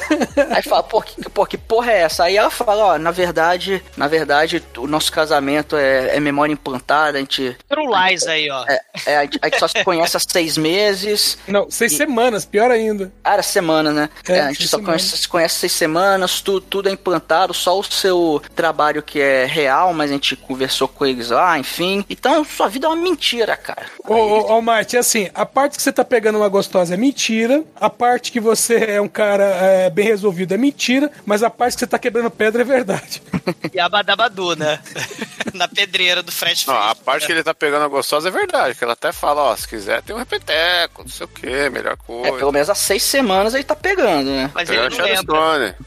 aí fala, pô que, pô, que porra é essa? Aí ela fala, ó, na verdade, na verdade, o nosso casamento é, é memória implantada, a gente... True lies aí, ó. É, é, a, gente, a gente só se conhece há seis meses. Não, seis e... semanas, pior ainda. Ah, era semana, né? É, é, a gente só conhece, se conhece seis semanas, tu, tudo é implantado, só o seu trabalho que é real, mas a gente conversou com eles lá, enfim. Então, sua vida é uma mentira, cara. Ô, ô, ô Marte, assim, a parte que você tá pegando uma gostosa é mentira, a parte que você é um cara é, bem resolvido é mentira, mas a parte que você tá quebrando pedra é verdade. E a Badabadu, né? Na pedreira do Fred Não, Fist, a parte né? que ele tá pegando a gostosa é verdade, que ela até fala, ó, se quiser tem um repeteco, não sei o que, melhor coisa. É, pelo menos há seis semanas ele tá pegando, né? Mas Pegar ele não lembra.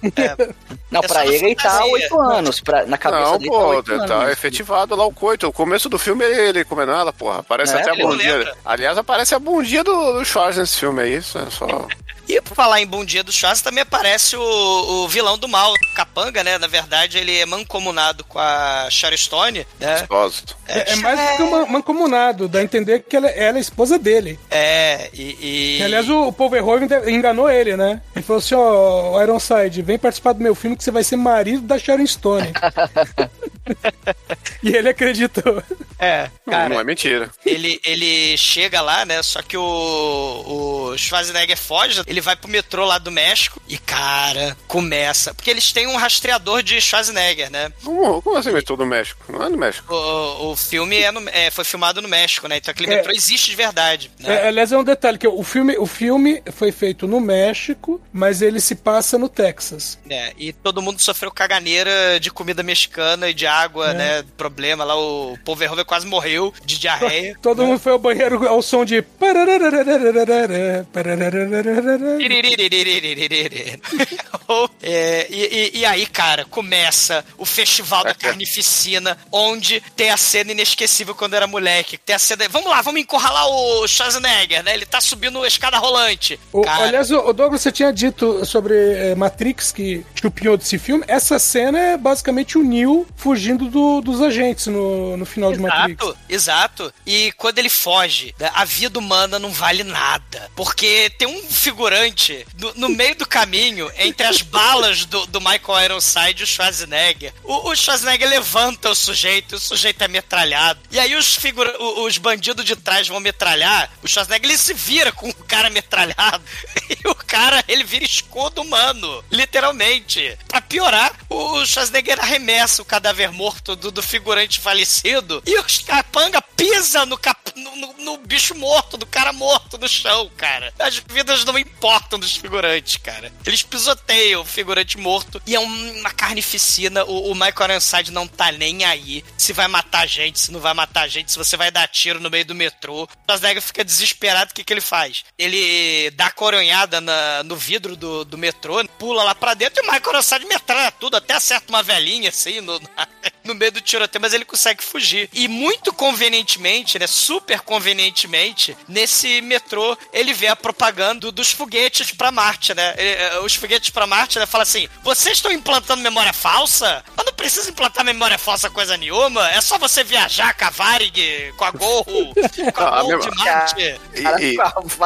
É. Não, É pra ele ele tá há oito anos, pra, na cabeça Não, dele pô, tá oito anos. tá efetivado lá o coito. O começo do filme ele, ele comendo ela, porra. Aparece É, até a ele não bundinha. lembra. Aliás, aparece a bundinha do, do Schwarzenegger nesse filme, é isso? É só... E por falar em Bom Dia do Schwarzenegger, também aparece o, o vilão do mal, Capanga, né? Na verdade, ele é mancomunado com a Sharon Stone, né? Gostoso. É, é mais do que um mancomunado, dá a entender que ela, ela é a esposa dele. É, e... e... Que, aliás, o, o Paul Verhoeven enganou ele, né? Ele falou assim, ó, oh, Ironside, vem participar do meu filme que você vai ser marido da Sharon Stone. E ele acreditou. É, cara, não, não é mentira. Ele, ele chega lá, né? Só que o, o Schwarzenegger foge, ele vai pro metrô lá do México e, cara, começa. Porque eles têm um rastreador de Schwarzenegger, né? Como, como assim metrô do México? Não é no México. O, o filme é no, é, foi filmado no México, né? Então aquele É. metrô existe de verdade. Né? É, aliás, é um detalhe, que o filme, o filme foi feito no México, mas ele se passa no Texas. É, e todo mundo sofreu caganeira de comida mexicana e de água, É. né? Problema lá, o Paul Verhoeven quase morreu de diarreia. Todo mundo foi ao banheiro ao som de... É, e, e- e aí, cara, começa o Festival da Carnificina, onde tem a cena inesquecível quando era moleque. Tem a cena. Vamos lá, vamos encurralar o Schwarzenegger, né? Ele tá subindo a escada rolante. O, Cara, aliás, o o Douglas, você tinha dito sobre eh, Matrix, que chupinhou desse filme. Essa cena é basicamente o Neo fugindo do- dos agentes no, no final de Matrix. Exato, exato. E quando ele foge, né, a vida humana não vale nada. Porque tem um figurante no, no meio do caminho, entre as balas do, do Michael Ironside e o Schwarzenegger. O, o Schwarzenegger levanta o sujeito, e o sujeito é metralhado. E aí os, figura, o- os bandidos de trás vão metralhar, o Schwarzenegger ele se vira com o cara metralhado. E o cara, ele vira escudo humano, literalmente. Pra piorar, o Schwarzenegger arremessa o cadáver morto do, do figurante falecido e os capanga pisa no, cap, no, no, no bicho morto, do cara morto no chão, cara. As vidas não importam dos figurantes, cara. Eles pisoteiam o figurante morto e é uma carnificina. O, o Michael Ironside não tá nem aí se vai matar a gente, se não vai matar a gente, se você vai dar tiro no meio do metrô. O Schwarzenegger fica desesperado, o que que ele faz? Ele dá a coronhada na, no vidro do, do metrô, pula lá pra dentro e o Michael Ironside metralha tudo, até acerta uma velhinha assim no, no meio do tiroteio, mas ele consegue fugir. E muito convenientemente, né, super convenientemente, nesse metrô ele vê a propaganda dos foguetes pra Marte, né? Ele, os foguetes pra Marte, né, fala assim, vocês estão implantando memória falsa? Eu não preciso implantar memória falsa coisa nenhuma, é só você viajar com a Varig, com a Gol, com a Gol de Marte. E, e...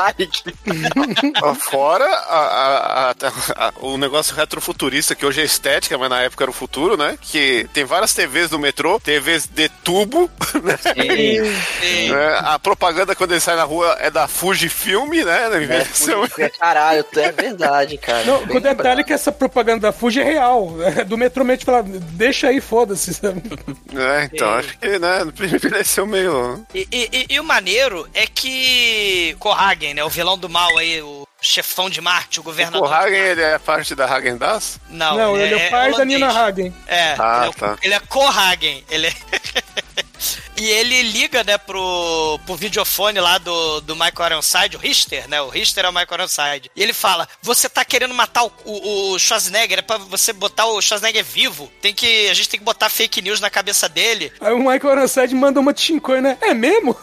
Fora a, a, a, a, o negócio retrofuturista, que hoje é estética, mas na época era o futuro, né? Que tem várias T Vs no metrô, T Vs de tubo, né? Sim, sim. É, a propaganda quando ele sai na rua é da Fujifilm, né? Na invenção. É, caralho, é verdade, cara. Não, o detalhe é que essa propaganda da Fuji é real. Do metromente fala, deixa aí, foda-se. É, então, sim. Acho que, né, envelheceu meio... E, e, e o maneiro é que Cohagen, né, o vilão do mal aí, o chefão de Marte, o governador. O Hagen, ele é parte da Häagen-Dazs? Não, Não, ele, ele é o pai é da Nina Hagen. É, ah, ele, é tá. ele é Cohagen. Ele é... E ele liga, né, pro, pro videofone lá do, do Michael Ironside, o Richter, né? O Richter é o Michael Ironside. E ele fala, você tá querendo matar o, o, o Schwarzenegger, é pra você botar o Schwarzenegger vivo. Tem que, a gente tem que botar fake news na cabeça dele. Aí o Michael Ironside manda uma Chincoi, né? É mesmo?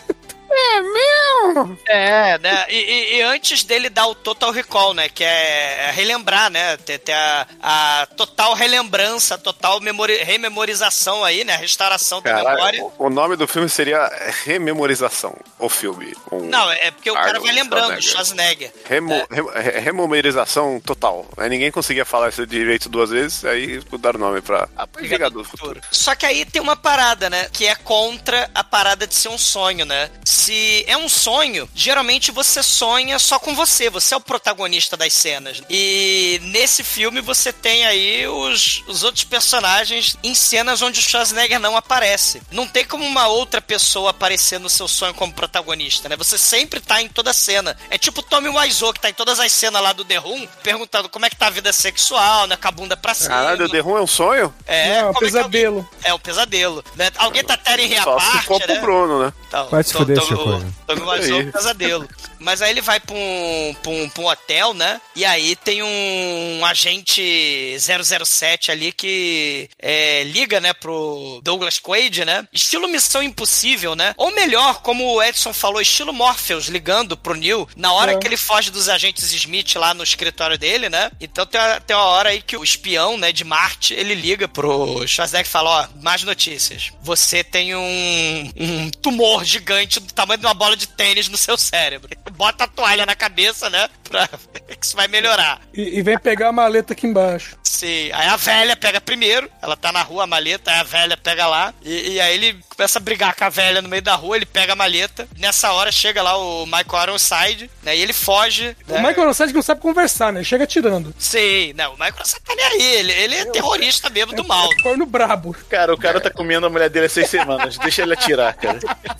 É mesmo? É, né? E, e, e antes dele dar o Total Recall, né? Que é, é relembrar, né? Ter, ter a, a total relembrança, a total memori- rememorização aí, né? A restauração da Caralho, memória. O, o nome do filme seria Rememorização, o filme. Um Não, é porque o cara vai lembrando do Schwarzenegger. Schwarzenegger. Remo, é. rem, rememorização total. Aí ninguém conseguia falar isso direito duas vezes, aí mudaram o nome pra Vingador do Futuro. Só que aí tem uma parada, né? Que é contra a parada de ser um sonho, né? Se é um sonho, geralmente você sonha só com você. Você é o protagonista das cenas. E nesse filme você tem aí os, os outros personagens em cenas onde o Schwarzenegger não aparece. Não tem como uma outra pessoa aparecer no seu sonho como protagonista, né? Você sempre tá em toda cena. É tipo o Tommy Wiseau, que tá em todas as cenas lá do The Room, perguntando como é que tá a vida sexual, né? Com a bunda pra cima. Caralho, o The Room é um sonho? É, é um pesadelo. É, alguém... é um pesadelo. Né? Alguém tá tendo em reaparte, Só se for pro né? Bruno, né? Então, vai se fuder, seu coisa. Tommy Wiseau é um pesadelo. Mas aí ele vai pra um, pra, um, pra um hotel, né? E aí tem um agente zero zero sete ali que é, liga, né, pro Douglas Quaid, né? Estilo Missão Impossível, né? Ou melhor, como o Edson falou, estilo Morpheus ligando pro Neo na hora é. que ele foge dos agentes Smith lá no escritório dele, né? Então tem uma, tem uma hora aí que o espião, né, de Marte, ele liga pro Schwarzenegger e fala, ó, mais notícias. Você tem um, um tumor gigante do tamanho de uma bola de tênis no seu cérebro. Bota a toalha na cabeça, né? Pra que isso vai melhorar. E, e vem pegar a maleta aqui embaixo. Sim. Aí a velha pega primeiro. Ela tá na rua, a maleta. Aí a velha pega lá. E, e aí ele começa a brigar com a velha no meio da rua. Ele pega a maleta. Nessa hora chega lá o Michael Ironside, né? E ele foge. O né? Michael Ironside não sabe conversar, né? Ele chega atirando. Sim. Não, o Michael Ironside tá nem aí. Ele, ele é terrorista mesmo é, do mal. É corno brabo. Cara, o cara tá comendo a mulher dele há seis semanas. Deixa ele atirar, cara.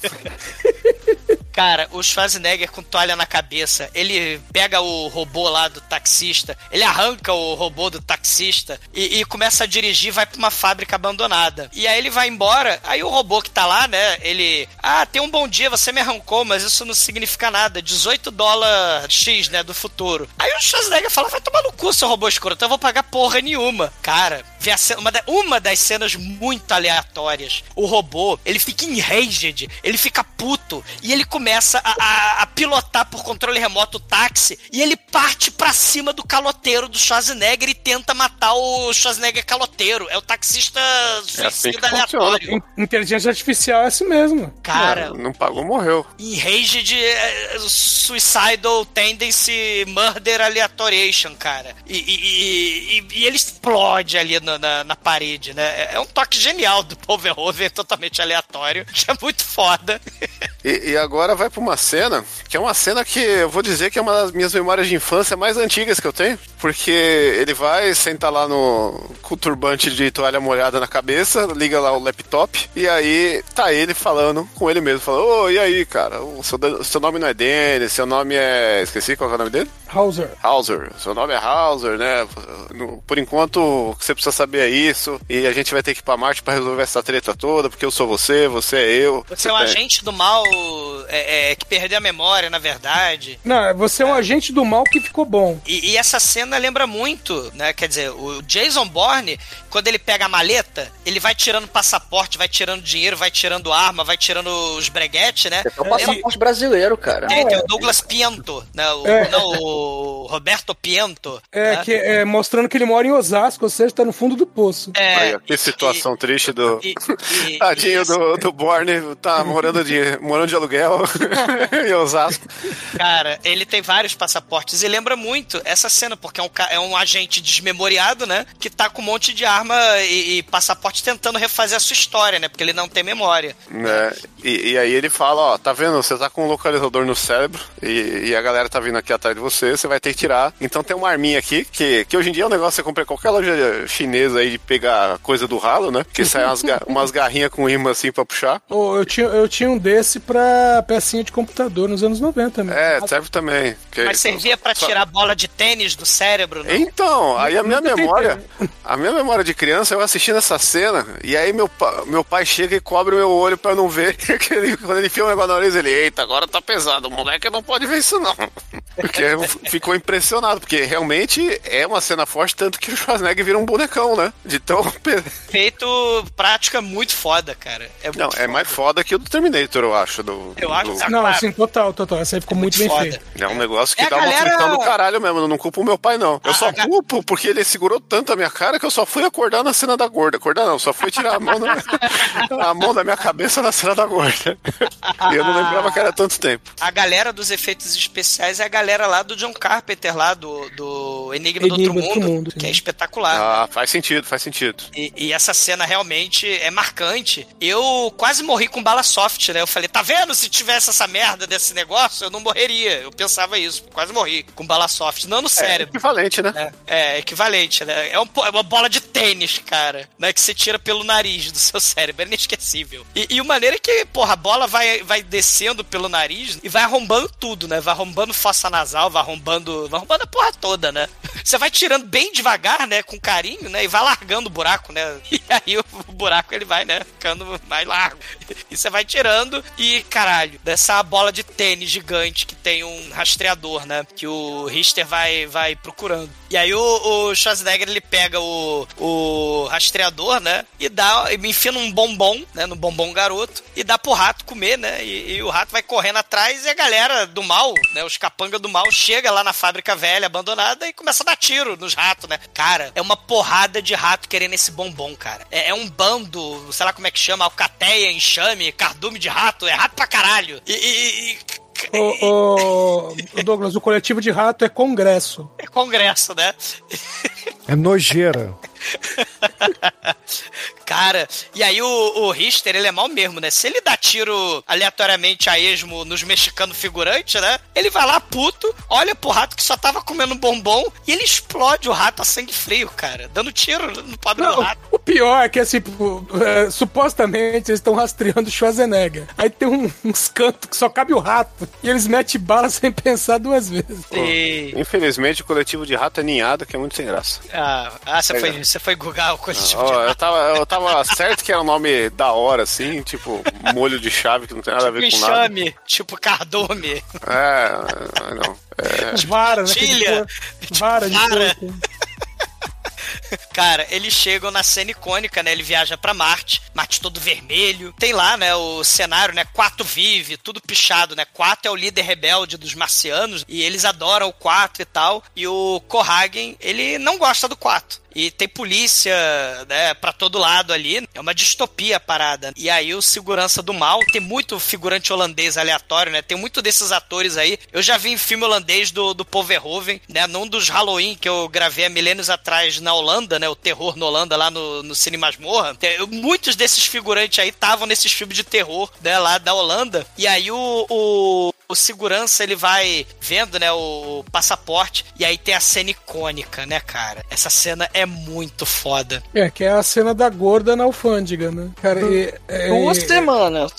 Cara, o Schwarzenegger com toalha na cabeça, ele pega o robô lá do taxista, ele arranca o robô do taxista e, e começa a dirigir e vai pra uma fábrica abandonada. E aí ele vai embora, aí o robô que tá lá, né, ele... Ah, tem um bom dia, você me arrancou, mas isso não significa nada. dezoito dólares X, né, do futuro. Aí o Schwarzenegger fala, vai tomar no cu, seu robô escuro, então eu vou pagar porra nenhuma. Cara, vê a cena, uma, da, uma das cenas muito aleatórias. O robô, ele fica enraged, ele fica puto, e ele começa começa a, a, a pilotar por controle remoto o táxi e ele parte pra cima do caloteiro do Schwarzenegger e tenta matar o Schwarzenegger caloteiro. É o taxista suicida é assim aleatório. Inteligência artificial é assim mesmo. Cara... Não, não pagou, morreu. Enraged uh, Suicidal Tendency Murder Aleatoration, cara. E, e, e, e ele explode ali no, na, na parede, né? É um toque genial do Paul Verhoeven, totalmente aleatório, que é muito foda. E, e agora vai pra uma cena, que é uma cena que eu vou dizer que é uma das minhas memórias de infância mais antigas que eu tenho, porque ele vai sentar lá no, com o turbante de toalha molhada na cabeça, liga lá o laptop, e aí tá ele falando com ele mesmo, falando, ô, e aí, cara, o seu, o seu nome não é Dennis, seu nome é... esqueci qual é o nome dele? Hauser. Hauser, seu nome é Hauser, né? Por enquanto, o que você precisa saber é isso, e a gente vai ter que ir pra Marte pra resolver essa treta toda, porque eu sou você, você é eu. Você é um agente do mal é, é, que perdeu a memória, na verdade. Não, você é um agente do mal que ficou bom. E, e essa cena lembra muito, né? Quer dizer, o Jason Bourne, quando ele pega a maleta, ele vai tirando passaporte, vai tirando dinheiro, vai tirando arma, vai tirando os breguetes, né? É o passaporte brasileiro, cara. Tem, tem o Douglas Piento, né? O, É. não, o Roberto Piento. É, né? que é mostrando que ele mora em Osasco, ou seja, tá no fundo do poço. É, Olha, que situação e, triste do... e, e, Tadinho e, do, do Borne, tá morando de, morando de aluguel em Osasco. Cara, ele tem vários passaportes e lembra muito essa cena, porque é um, é um agente desmemoriado, né? Que tá com um monte de arma e, e passaporte tentando refazer a sua história, né? Porque ele não tem memória. Né? E, e aí ele fala, ó, tá vendo? Você tá com um localizador no cérebro e, e a galera tá vindo aqui atrás de você, você vai ter que tirar. Então tem uma arminha aqui, que, que hoje em dia é um negócio que você compra em qualquer loja chinesa aí de pegar coisa do ralo, né? Que sai umas, ga- umas garrinhas com imã assim pra puxar. Oh, eu, tinha, eu tinha um desse pra pecinha de computador nos anos noventa mesmo. É, serve também. Que- Mas servia pra só- tirar a bola de tênis do cérebro, né? Então, aí a minha Nunca memória, a minha memória de criança, eu assistindo essa cena, e aí meu, pa- meu pai chega e cobre o meu olho pra eu não ver, que ele- quando ele enfia um negócio na nariz, ele, eita, agora tá pesado, o moleque não pode ver isso não. Porque ficou impressionado, porque realmente é uma cena forte, tanto que o Schwarzenegger vira um bonecão, né? De tão... pe- Feito prática muito foda, cara. É muito Não, é mais foda que o do Terminator, eu acho. Do, Eu acho do- que- Não, claro. assim, total, total. Essa aí ficou muito, bem foda. feita. É um negócio que É a dá uma galera- aflição do caralho mesmo. Eu não culpo o meu pai, não. Eu A- só a ga- culpo porque ele segurou tanto a minha cara que eu só fui acordar na cena da gorda. Acordar não, só fui tirar a mão, na... a mão da minha cabeça na cena da gorda. E eu não lembrava que era tanto tempo. A galera dos efeitos especiais é a galera lá do John Carpenter, lá do, do Enigma, do Enigma Outro do Mundo, Outro Mundo, que sim. é espetacular. Ah, faz sentido, faz sentido. E, e essa cena realmente é marcante. Eu quase morri com bala soft, né? Eu falei, tá vendo? Se tivesse essa merda desse negócio, eu não morreria. Eu pensava isso, quase morri com bala soft, não no É cérebro. equivalente, né? É, é equivalente, né? É, um po- é uma bola de tênis, cara, né? Que você tira pelo nariz do seu cérebro. É inesquecível. E, e o maneiro é que, porra, a bola vai, vai descendo pelo nariz e vai arrombando tudo, né? Vai arrombando fossa nasal, vai arrombando, vai arrombando a porra toda, né? Você vai tirando bem devagar, né? Com carinho, né? E vai largando o buraco, né? E aí o, o buraco ele vai, né? Ficando mais largo. E você vai tirando e, caralho, dessa bola de tênis gigante que tem um rastreador, né? Que o Richter vai, vai procurando. E aí o, o Schwarzenegger, ele pega o, o rastreador, né? E dá, e me enfia num bombom, né? No bombom garoto. E dá pro rato comer, né? E, e o rato vai correndo atrás e a galera do mal, né? Os capangas do mal chega lá na fábrica velha, abandonada, e começa a dar tiro nos ratos, né? Cara, é uma porrada de rato querendo esse bombom, cara. É, é um bando, sei lá como é que chama, alcateia, enxame, cardume de rato. É rato pra caralho. E... e, e Ô, ô, ô, Douglas, o coletivo de rato é congresso. é congresso, né? É nojeira. Cara, e aí o, o Richter, ele é mal mesmo, né? Se ele dá tiro aleatoriamente a esmo nos mexicanos figurantes, né? Ele vai lá, puto, olha pro rato que só tava comendo bombom e ele explode o rato a sangue frio, cara. Dando tiro no pobre do Não, rato. o pior é que, assim, pô, é, supostamente eles estão rastreando o Schwarzenegger. Aí tem um, uns cantos que só cabe o rato. E eles metem bala sem pensar duas vezes. E... Infelizmente, o coletivo de rato é ninhado, que é muito sem graça. Ah, ah você, foi, você foi googar o coletivo de Ó, eu, rato. tava, eu tava certo que era um nome da hora, assim, tipo, molho de chave, que não tem nada a ver Tipo com nada. enxame, tipo cardume. É, não. É, Vara, né? Tilha. Aquele Vara de Vara. porco. Cara, eles chegam na cena icônica, né? Ele viaja pra Marte, Marte todo vermelho. Tem lá, né, o cenário, né? Quatro vive, tudo pichado, né? Quatro é o líder rebelde dos marcianos e eles adoram o Quatro e tal. E o Corhagen, ele não gosta do Quatro. E tem polícia, né, pra todo lado ali. É uma distopia a parada. E aí o segurança do mal, tem muito figurante holandês aleatório, né? Tem muito desses atores aí. Eu já vi em filme holandês do, do Paul Verhoeven, né? Num dos Halloween que eu gravei há milênios atrás na Holanda, né? O terror na Holanda, lá no, no Cine Masmorra. Muitos desses figurantes aí estavam nesses filmes de terror, né, lá da Holanda. E aí o, o, o segurança, ele vai vendo, né, o passaporte, e aí tem a cena icônica, né, cara? Essa cena é muito foda. É, que é a cena da gorda na alfândega, né? Cara, e, é, Duas semanas.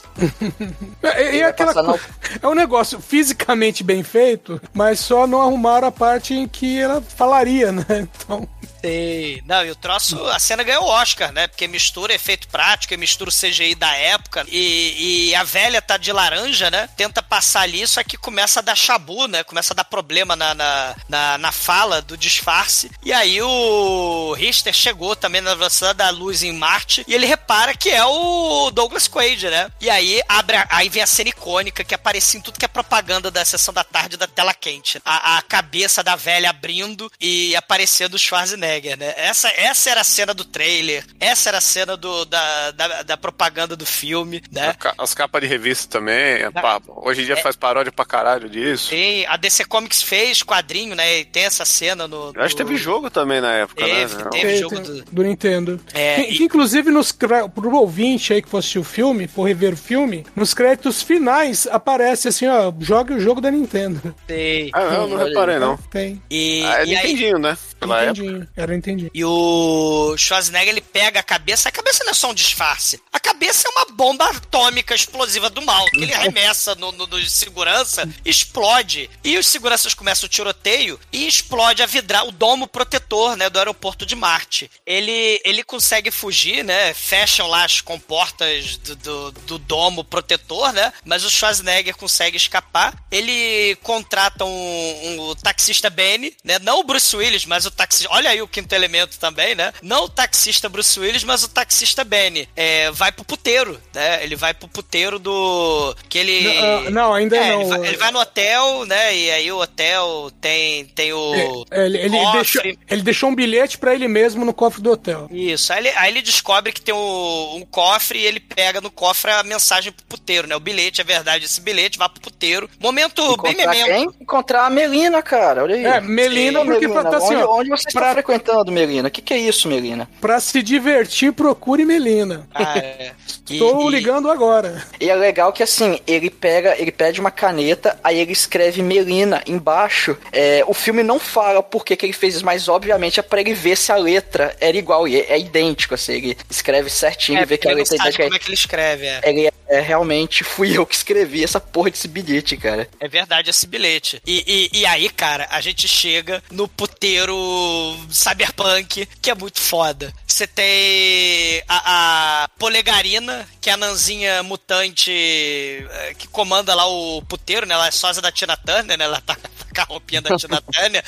é, é, aquela co... é um negócio fisicamente bem feito, mas só não arrumaram a parte em que ela falaria, né? Então... Sei. Não, e o troço, a cena ganhou o Oscar, né? Porque mistura efeito prático, mistura o C G I da época, e, e a velha tá de laranja, né? Tenta passar ali, só que começa a dar chabu, né? Começa a dar problema na, na, na, na fala do disfarce. E aí o Richter chegou também na velocidade da luz em Marte, e ele repara que é o Douglas Quaid, né? E aí abre a, aí vem a cena icônica que aparecia em tudo que é propaganda da sessão da tarde da tela quente. A, a cabeça da velha abrindo e aparecendo o Schwarzenegger. Né? Essa, essa era a cena do trailer, essa era a cena do, da, da, da propaganda do filme, né? As capas de revista também, pá, hoje em dia é, faz paródia pra caralho disso. Sim, a D C Comics fez quadrinho, né? E tem essa cena no... Acho que teve jogo também na época, teve, né? Teve é, jogo tem, do... do Nintendo. É, que, e... que inclusive nos, pro ouvinte aí que for assistir o filme, for rever o filme, nos créditos finais aparece assim, ó, jogue o jogo da Nintendo. Tem. Ah, eu não reparei, não. Tem. E, ah, é e Nintendinho, aí... né? Pela Nintendinho. época. Era Nintendinho. E o Schwarzenegger, ele pega a cabeça. A cabeça não é só um disfarce. A cabeça é uma bomba atômica explosiva do mal, que ele arremessa no, no, no segurança, explode. E os seguranças começam o tiroteio e explode a vidra, o domo protetor, né, do aeroporto de Marte. Ele, ele consegue fugir, né? Fecham lá as comportas do, do, do domo protetor, né? Mas o Schwarzenegger consegue escapar. Ele contrata um, um, um taxista Benny, né? Não o Bruce Willis, mas o taxista... Olha aí o quinto elemento também, né? Não o taxista Bruce Willis, mas o taxista Benny. É, vai pro puteiro, né? Ele vai pro puteiro do... Que ele... Não, não ainda é, não. Ele vai, ele vai no hotel, né? E aí o hotel tem, tem o... É, ele, ele, deixou, ele deixou um bilhete pra ele mesmo no cofre do hotel. Isso. Aí ele, aí ele descobre que tem um, um cofre e ele pega no cofre a mensagem pro puteiro, né? O bilhete, é verdade, esse bilhete vai pro puteiro. Momento Encontrar bem memento. Quem? Encontrar a Melina, cara. Olha aí. É, Melina, Sim, porque Melina. tá assim, onde, ó, onde você pra... está frequentando, Melina? O que, que é isso, Melina? Pra se divertir, procure Melina. Ah, é. Estou e, ligando agora. E é legal que assim, ele pega, ele pede uma caneta, aí ele escreve Melina embaixo. É, o filme não fala por que, que ele fez isso, mas obviamente é pra ele ver se a letra era igual, e é, é idêntico, assim, ele escreve certinho é, e vê que a letra é idêntica. Como é que ele escreve, é. Ele é, é, realmente fui eu que escrevi essa porra desse bilhete, cara. É verdade esse bilhete. E, e, e aí, cara, a gente chega no puteiro cyberpunk, que é muito foda. Você tem a, a Polegarina, que é a nanzinha mutante que comanda lá o puteiro, né? Ela é sósia da Tina Turner, né? Ela tá com a roupinha da Tina Turner.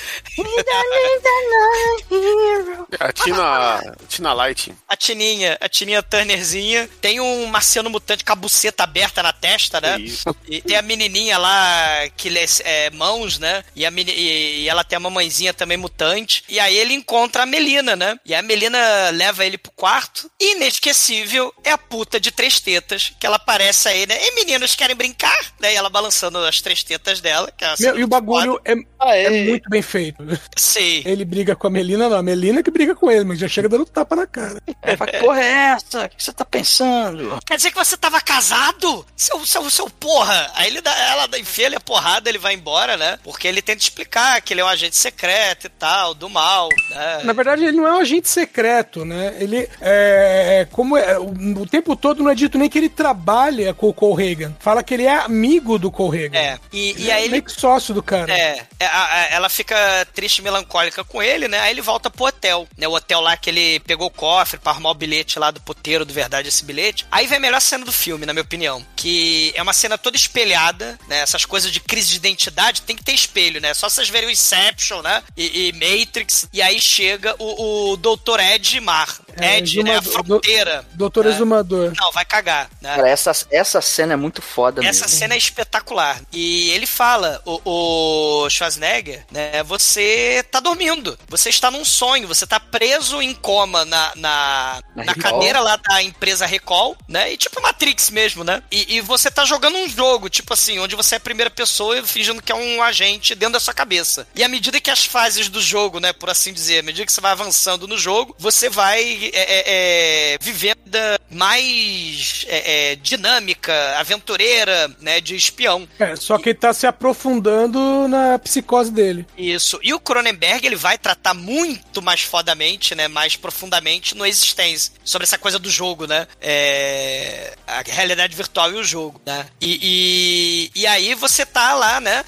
A Tina, Tina Light. A Tininha, a Tininha Turnerzinha. Tem um marciano mutante com a buceta aberta na testa, né? Isso. E tem a menininha lá que lê é, mãos, né? E, a meni, e, e ela tem a mamãezinha também mutante. E aí ele encontra a Melina, né? E a Melina leva ele pro quarto. E inesquecível é a puta de três tetas, que ela aparece aí, né? E meninos querem brincar, né? E ela balançando as três tetas dela. Que é Meu, e o bagulho é, ah, é, é muito bem feito. Sim. Ele briga com a Melina, não. A Melina que briga com ele, mas já chega dando tapa na cara. É, que porra é essa? O que você tá pensando? Quer dizer que você tava casado? Seu, seu, seu porra! Aí ele dá, ela enfia ele a porrada, ele vai embora, né? Porque ele tenta explicar que ele é um agente secreto e tal, do mal, né? Na verdade, ele não é um agente secreto, né? Ele é... Como é, o, o tempo todo não é dito nem que ele trabalha com o Cole Reagan. Fala que ele é amigo do Cole Reagan. É. E, ele e aí é ele... meio que sócio do cara. É. é a, a, ela fica triste e melancólica com ele, né? Aí ele volta pro hotel, né? O hotel lá que ele pegou o cofre pra arrumar o bilhete lá do puteiro, do verdade, esse bilhete. Aí vem a melhor cena do filme, na minha opinião. Que é uma cena toda espelhada, né? Essas coisas de crise de identidade tem que ter espelho, né? Só vocês verem o Inception, né? E, e Matrix. E aí chega o, o doutor Ed Mar, É, Ed, né? A fronteira. Doutor né? Exumador. Não, vai cagar, né? Cara, essa, essa cena é muito foda Essa mesmo. cena é espetacular. E ele fala, o, o Schwarzenegger, né? Você tá dormindo. Você está num sonho. Você tá preso em coma na, na, na, na cadeira lá da empresa Recall, né? E tipo Matrix mesmo, né? E, e você tá jogando um jogo, tipo assim, onde você é a primeira pessoa fingindo que é um agente dentro da sua cabeça. E à medida que as fases do jogo, né? Por assim dizer, à medida que você vai avançando no jogo, você vai é, é, é, vivendo mais é, é, dinâmica, aventureira, né? De espião. É, só que ele tá se aprofundando na psicose dele. Isso. E o Cronenberg, ele vai tratar muito mais fodamente, né? Mais profundamente no Existence. Sobre essa coisa do jogo, né? É... A realidade virtual e o jogo, né? E, e, e aí você tá lá, né?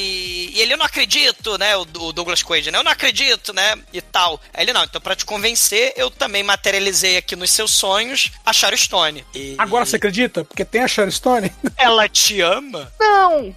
E, e ele, eu não acredito, né? O, o Douglas Quaid, né? Eu não acredito, né? E tal. Aí ele, não, então pra te convencer, eu também materializei aqui nos seus sonhos a Sharon Stone. E... Agora você acredita? Porque tem a Sharon Stone? Ela te ama? Não!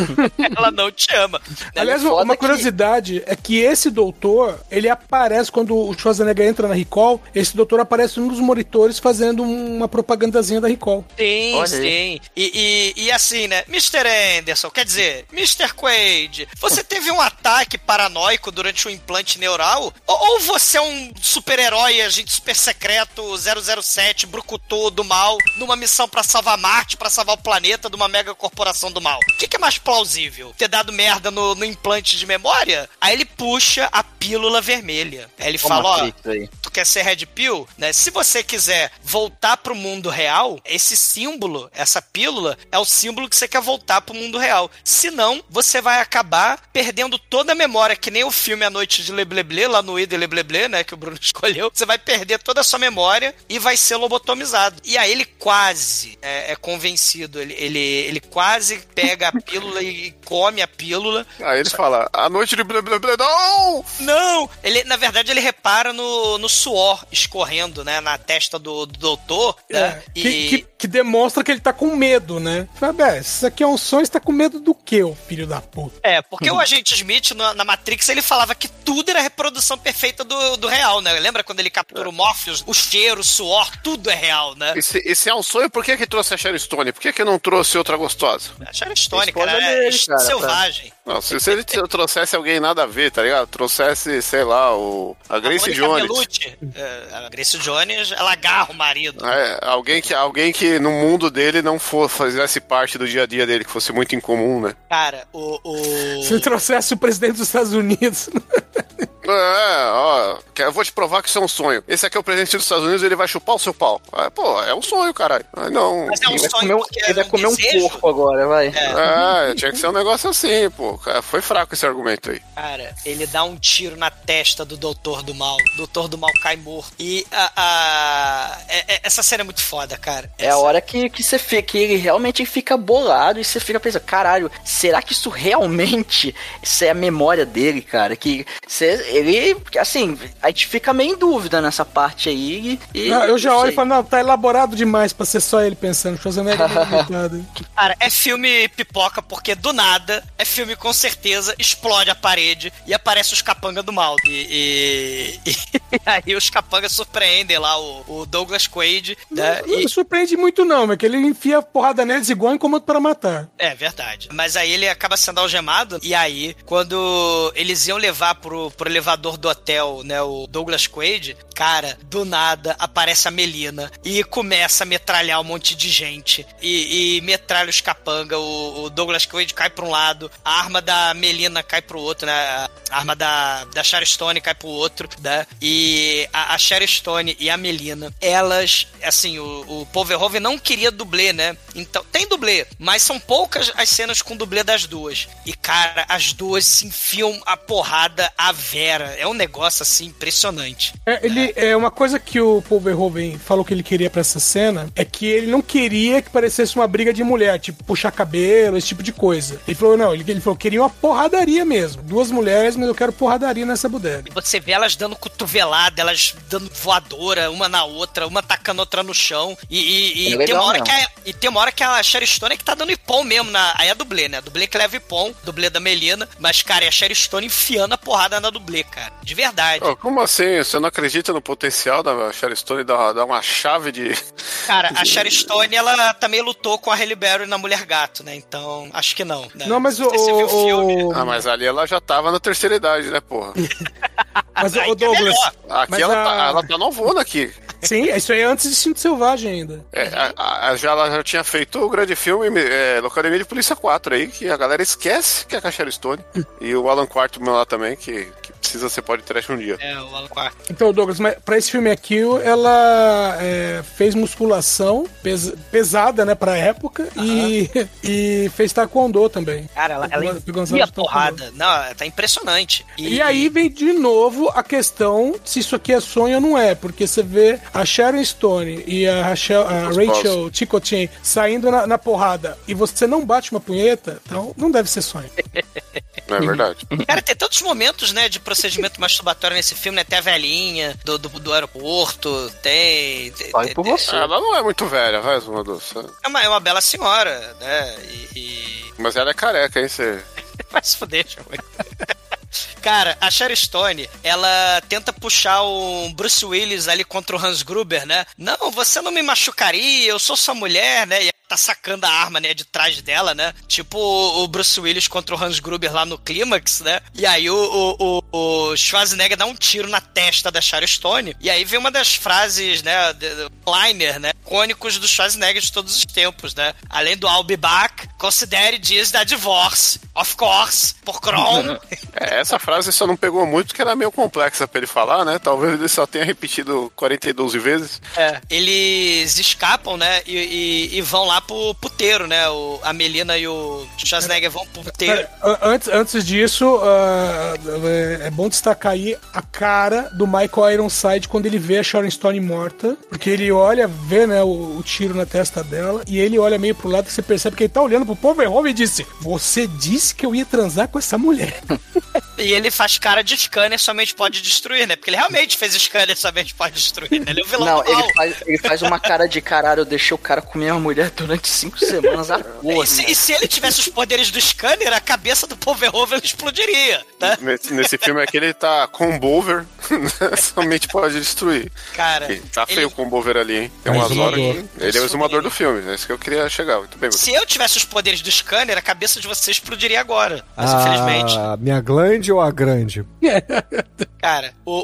Ela não te ama. Aliás, uma curiosidade que... é que esse doutor, ele aparece quando o Schwarzenegger entra na Recall, esse doutor aparece num dos monitores fazendo uma propagandazinha da Recall. Sim, Olha sim. E, e, e assim, né? mister Anderson, quer dizer, mister Quaid, você teve um ataque paranoico durante um implante neural? Ou, ou você é um super-herói, agente super secreto zero zero sete, brucutu do mal, numa missão pra salvar Marte, pra salvar o planeta de uma mega corporação do mal? O que, que é mais plausível? Ter dado merda no, no implante de memória? Aí ele puxa a pílula vermelha. Aí ele Como fala, ó, tu quer ser Red Pill? Né? Se você quiser voltar pro mundo real, esse símbolo, essa pílula, é o símbolo que você quer voltar pro mundo real. Senão, você vai acabar perdendo toda a memória, que nem o filme A Noite de Lebleble, lá no Ida Lebleble, né, que o Bruno escolheu. Você vai perder toda a sua memória e vai ser lobotomizado. E aí ele quase é, é convencido, ele, ele, ele quase pega a pílula e come a pílula. Aí ele fala, A Noite de Lebleble, não! Não! Ele, na verdade, ele repara no, no suor escorrendo, né, na testa do, do doutor, é, né? Que, e... que, que demonstra que ele tá com medo, né? Fala, isso aqui é um sonho, você tá com medo do quê, ô filho da puta? É, porque o agente Smith, na, na Matrix, ele falava que tudo era reprodução perfeita do, do real, né? Lembra quando ele captura o Morpheus? O cheiro, o suor, tudo é real, né? Esse, esse é um sonho, por que que trouxe a Sharon Stone? Por que que não trouxe outra gostosa? A Sharon Stone, cara, é dele, cara, selvagem. Tá. Não, se, se ele trouxesse alguém nada a ver, tá ligado? Trouxesse, sei lá, o a Grace a Jones. Belucci, a Grace Jones, ela agarra o marido. É, alguém que, alguém que no mundo dele não for, fizesse parte do dia a dia dele, que fosse muito incomum, né? Cara, o... o... Se trouxesse o presidente dos Estados Unidos... É, ó, eu vou te provar que isso é um sonho. Esse aqui é o presidente dos Estados Unidos, ele vai chupar o seu pau. Ah, pô, é um sonho, caralho. Ah, não. Mas é um ele sonho vai comer, ele vai comer um, um corpo agora, vai. É. é, tinha que ser um negócio assim, pô. Foi fraco esse argumento aí. Cara, ele dá um tiro na testa do Doutor do Mal. O Doutor do Mal cai morto. E a, a, a, essa cena é muito foda, cara. É essa... a hora que, que você fica, que ele realmente fica bolado e você fica pensando, caralho, será que isso realmente isso é a memória dele, cara? Que você... Ele, assim, a gente fica meio em dúvida nessa parte aí. E, não, eu já olho e falo, não, tá elaborado demais pra ser só ele pensando. Schwarzenegger é limitado. Cara, é filme pipoca, porque do nada, é filme com certeza, explode a parede e aparece os capangas do mal. E, e, e aí os capangas surpreendem lá o, o Douglas Quaid. Né? Não, e... não surpreende muito não, é que ele enfia porrada neles igual em Comando para Matar. É verdade. Mas aí ele acaba sendo algemado, e aí, quando eles iam levar pro, pro elevador do hotel, né, o Douglas Quaid, cara, do nada aparece a Melina e começa a metralhar um monte de gente e, e metralha os capanga, o, o Douglas Quaid cai pra um lado, a arma da Melina cai pro outro, né, a arma da, da Sharon Stone cai pro outro, né, e a, a Sharon Stone e a Melina, elas, assim, o, o Paul Verhoeven não queria dublê, né, então, tem dublê, mas são poucas as cenas com dublê das duas, e cara, as duas se enfiam a porrada à vera. É um negócio, assim, impressionante. É, ele, é uma coisa que o Paul Verhoeven falou que ele queria pra essa cena, é que ele não queria que parecesse uma briga de mulher, tipo, puxar cabelo, esse tipo de coisa. Ele falou, não, ele, ele falou, queria uma porradaria mesmo. Duas mulheres, mas eu quero porradaria nessa bodega. E você vê elas dando cotovelada pelada, elas dando voadora, uma na outra, uma tacando outra no chão. E, e, e, é tem, uma hora que a, e tem uma hora que a Sherry Stone é que tá dando ipom mesmo. Na, aí é a dublê, né? A dublê que leva ipom, dublê da Melina. Mas, cara, é a Sherry Stone enfiando a porrada na dublê, cara. De verdade. Oh, como assim? Você não acredita no potencial da Sherry Stone dar, dar uma chave de... Cara, a Sherry Stone, ela também lutou com a Halle Berry na Mulher Gato, né? Então, acho que não. Né? Não, mas o... o... Ah, mas ali ela já tava na terceira idade, né, porra? Mas o Douglas... É aqui ela, a... tá, ela tá novona aqui. Sim, isso aí é antes de Instinto Selvagem ainda. É, a, a, já, ela já tinha feito o grande filme é, Locademia de Polícia quatro aí, que a galera esquece que é a Sherry Stone. E o Alan Quartman lá também, que, que precisa ser podcast um dia. É, o Alan Quartman. Então, Douglas, mas pra esse filme aqui, ela é, fez musculação pes, pesada, né, pra época, uh-huh. e, e fez taekwondo também. Cara, ela, ela enfia a porrada. Não, tá impressionante. E... e aí vem de novo a questão se isso aqui é sonho ou não é, porque você vê a Sharon Stone e a, Rachel, a Rachel Ticotin saindo na, na porrada e você não bate uma punheta, então não deve ser sonho. Não é verdade. Cara, tem tantos momentos, né, de procedimento masturbatório nesse filme, né? Tem a velhinha do, do, do aeroporto, tem... tem, tem, por você. Tem... Ela não é muito velha, vai, uma doce. É uma, é uma bela senhora, né? E, e... Mas ela é careca, hein, você... Vai se fuder, João. Cara, a Sherry Stone, ela tenta puxar o Bruce Willis ali contra o Hans Gruber, né? Não, você não me machucaria, eu sou sua mulher, né? E tá sacando a arma, né, de trás dela, né? Tipo o Bruce Willis contra o Hans Gruber lá no clímax, né? E aí o, o, o Schwarzenegger dá um tiro na testa da Sherry Stone. E aí vem uma das frases, né, liner, né, icônicos do Schwarzenegger de todos os tempos, né? Além do I'll be back, considere dias da divorce. Of course, por Kron. É, essa frase só não pegou muito porque era meio complexa pra ele falar, né? Talvez ele só tenha repetido quarenta e dois vezes. É, eles escapam, né, e, e, e vão lá pro puteiro, né? O, a Melina e o Schwarzenegger vão pro puteiro. Antes, antes disso, uh, é bom destacar aí a cara do Michael Ironside quando ele vê a Sharon Stone morta, porque ele olha, vê, né, o, o tiro na testa dela, e ele olha meio pro lado e você percebe que ele tá olhando pro Paul Verhoeven e disse: você disse que eu ia transar com essa mulher. E ele faz cara de Scanner somente pode destruir, né? Porque ele realmente fez Scanner somente pode destruir, né? Ele é o vilão Não, do mal. Ele faz, ele faz uma cara de caralho, eu deixei o cara comer uma mulher durante cinco semanas à porra. E se, e se ele tivesse os poderes do Scanner, a cabeça do Paul Verhoeven explodiria, né? Nesse, nesse filme aqui ele tá com o Bover, somente pode destruir. Cara, e tá feio ele... com o Bover ali, hein? Tem umas horas que... Ele é o exumador do filme, é isso que eu queria chegar. Muito bem, se eu tivesse os poderes do Scanner, a cabeça de você explodiria agora. Mas ah, infelizmente. Minha glande ou a grande? Cara, o,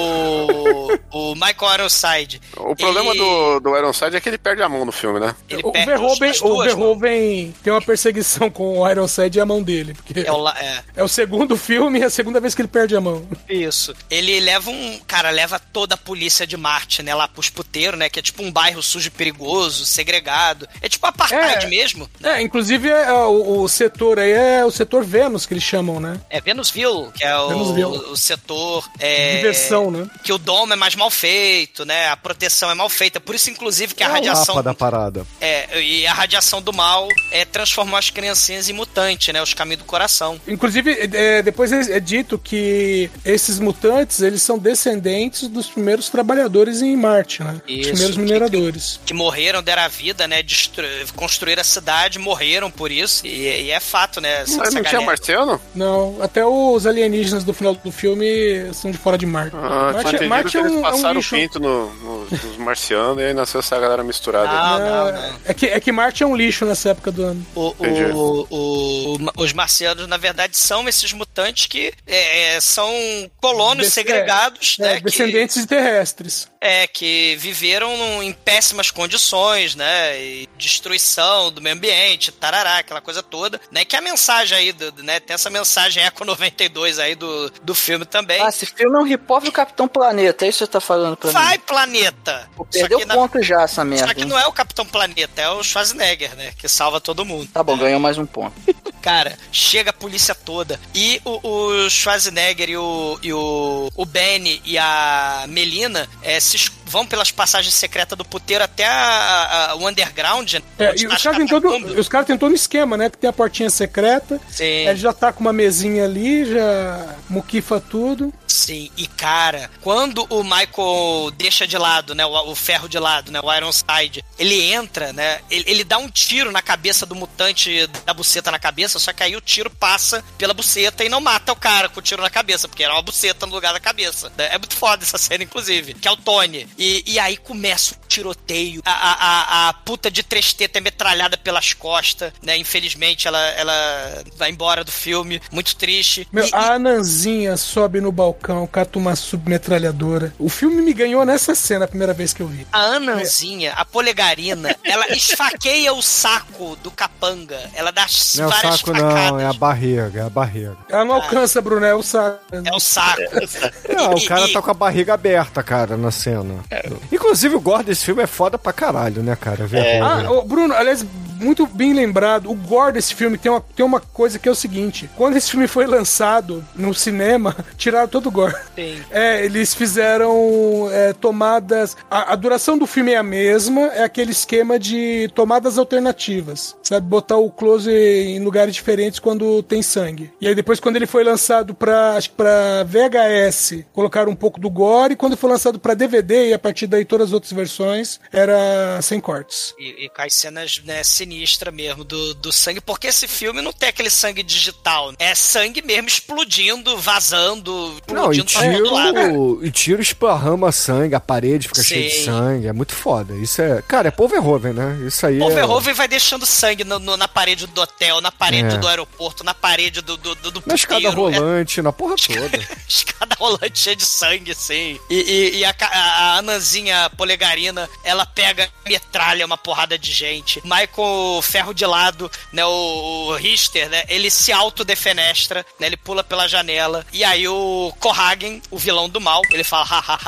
o, o Michael Ironside. O problema ele... do, do Ironside é que ele perde a mão no filme, né? Ele o Verhoeven, o Verhoeven tem uma perseguição com o Ironside e a mão dele. Porque é, o, é. é o segundo filme e é a segunda vez que ele perde a mão. Isso. Ele leva um... Cara, leva toda a polícia de Marte, né? Lá pros puteiros, né? Que é tipo um bairro sujo e perigoso, segregado. É tipo apartheid é, mesmo. Né? É, inclusive é, o, o setor aí é o setor Vênus que eles chamam, né? É Venusville, que é o, o, o setor... É, diversão, né? Que o dom é mais mal feito, né? A proteção é mal feita. Por isso, inclusive, que a é radiação... A da parada. É, e a radiação do mal é, transformou as criancinhas em mutantes, né? Os caminhos do coração. Inclusive, é, depois é dito que esses mutantes, eles são descendentes dos primeiros trabalhadores em Marte, né? Isso, os primeiros mineradores. Que, que morreram, deram a vida, né? Destru... Construíram a cidade, morreram por isso. E, e é fato, né? Essa, Mas não tinha marciano? Não, até os alienígenas do final do filme são de fora de Marte. Ah, Marte, Marte é um, eles passaram é um o pinto no, no, nos marcianos e aí nasceu essa galera misturada. Não, não, não. É que, é que Marte é um lixo nessa época do ano. O, o, o, o, os marcianos, na verdade, são esses mutantes que é, são colonos Des, segregados, é, né? É, descendentes que, de terrestres. É, que viveram em péssimas condições, né? E destruição do meio ambiente, tarará, aquela coisa toda, né? Que a mensagem aí, do, né? Tem essa mensagem Eco noventa e dois aí do, do filme também. Ah, esse filme é um rip-off do Capitão Planeta, é isso que você tá falando pra Vai, mim? Vai, Planeta! Perdeu ponto na... já essa merda. Só que não é o Capitão Planeta, é o Schwarzenegger, né? Que salva todo mundo. Tá bom, ganhou mais um ponto. Cara, chega a polícia toda e o, o Schwarzenegger e o, e o, o Benny e a Melina é, se, vão pelas passagens secretas do puteiro até a, a, o underground. É, e os caras têm todo, os caras têm todo um esquema, né? Que tem a portinha secreta. Sim. Ele já tá com uma mesinha ali, já muquifa tudo. Sim, e cara, quando o Michael deixa de lado, né, o, o ferro de lado, né, o Ironside, ele entra, né, ele, ele dá um tiro na cabeça do mutante, da buceta na cabeça, só que aí o tiro passa pela buceta e não mata o cara com o tiro na cabeça, porque era uma buceta no lugar da cabeça. É muito foda essa cena, inclusive, que é o Tony. E, e aí começa o tiroteio, a, a, a, a puta de três tetas é metralhada pelas costas, né, infelizmente ela, ela vai embora do filme, muito triste. Meu, e, a Ananzinha sobe no balcão, cata uma submetralhadora. O filme me ganhou nessa cena a primeira vez que eu vi. A Ananzinha, a polegarina, ela esfaqueia o saco do capanga. Ela dá não várias é o saco, facadas. não, é a barriga, é a barriga. Ela não ah. alcança, Bruno, é o saco. É o saco. Não, e, o cara e, tá com a barriga aberta, cara, na cena. É. Inclusive, o gore desse filme é foda pra caralho, né, cara? É. Ah, o Bruno, aliás, muito bem lembrado, o gore desse filme tem uma, tem uma coisa que é o seguinte: quando esse filme foi lançado no cinema, tiraram todo o gore. Sim. É, eles fizeram é, tomadas. A, a duração do filme é a mesma, é aquele esquema de tomadas alternativas, sabe? Botar o close em lugares diferentes quando tem sangue. E aí depois, quando ele foi lançado pra, acho que pra V H S, colocaram um pouco do gore, e quando foi lançado pra D V D, e a partir daí todas as outras versões, era sem cortes. E, e com as cenas, né, sinistras mesmo do, do sangue, porque esse filme não tem aquele sangue digital, é sangue mesmo explodindo, vazando, não, explodindo e tiro, pra todo lado. E tiro esparrama sangue, a parede fica Sim. cheia de sangue, é muito foda. Isso é, cara, é Paul Verhoeven, né? Isso aí Paul é... Verhoeven vai deixando sangue no, no, na parede do hotel, na parede é. do aeroporto, na parede do, do, do, do na escada rolante, é... na porra toda. Escada rolante cheia de sangue, assim. E, e, e a, a, a Ananzinha polegarina, ela pega, metralha uma porrada de gente. Michael ferro de lado, né, o, o Richter, né, ele se autodefenestra, né, ele pula pela janela. E aí o Corhagen, o vilão do mal, ele fala,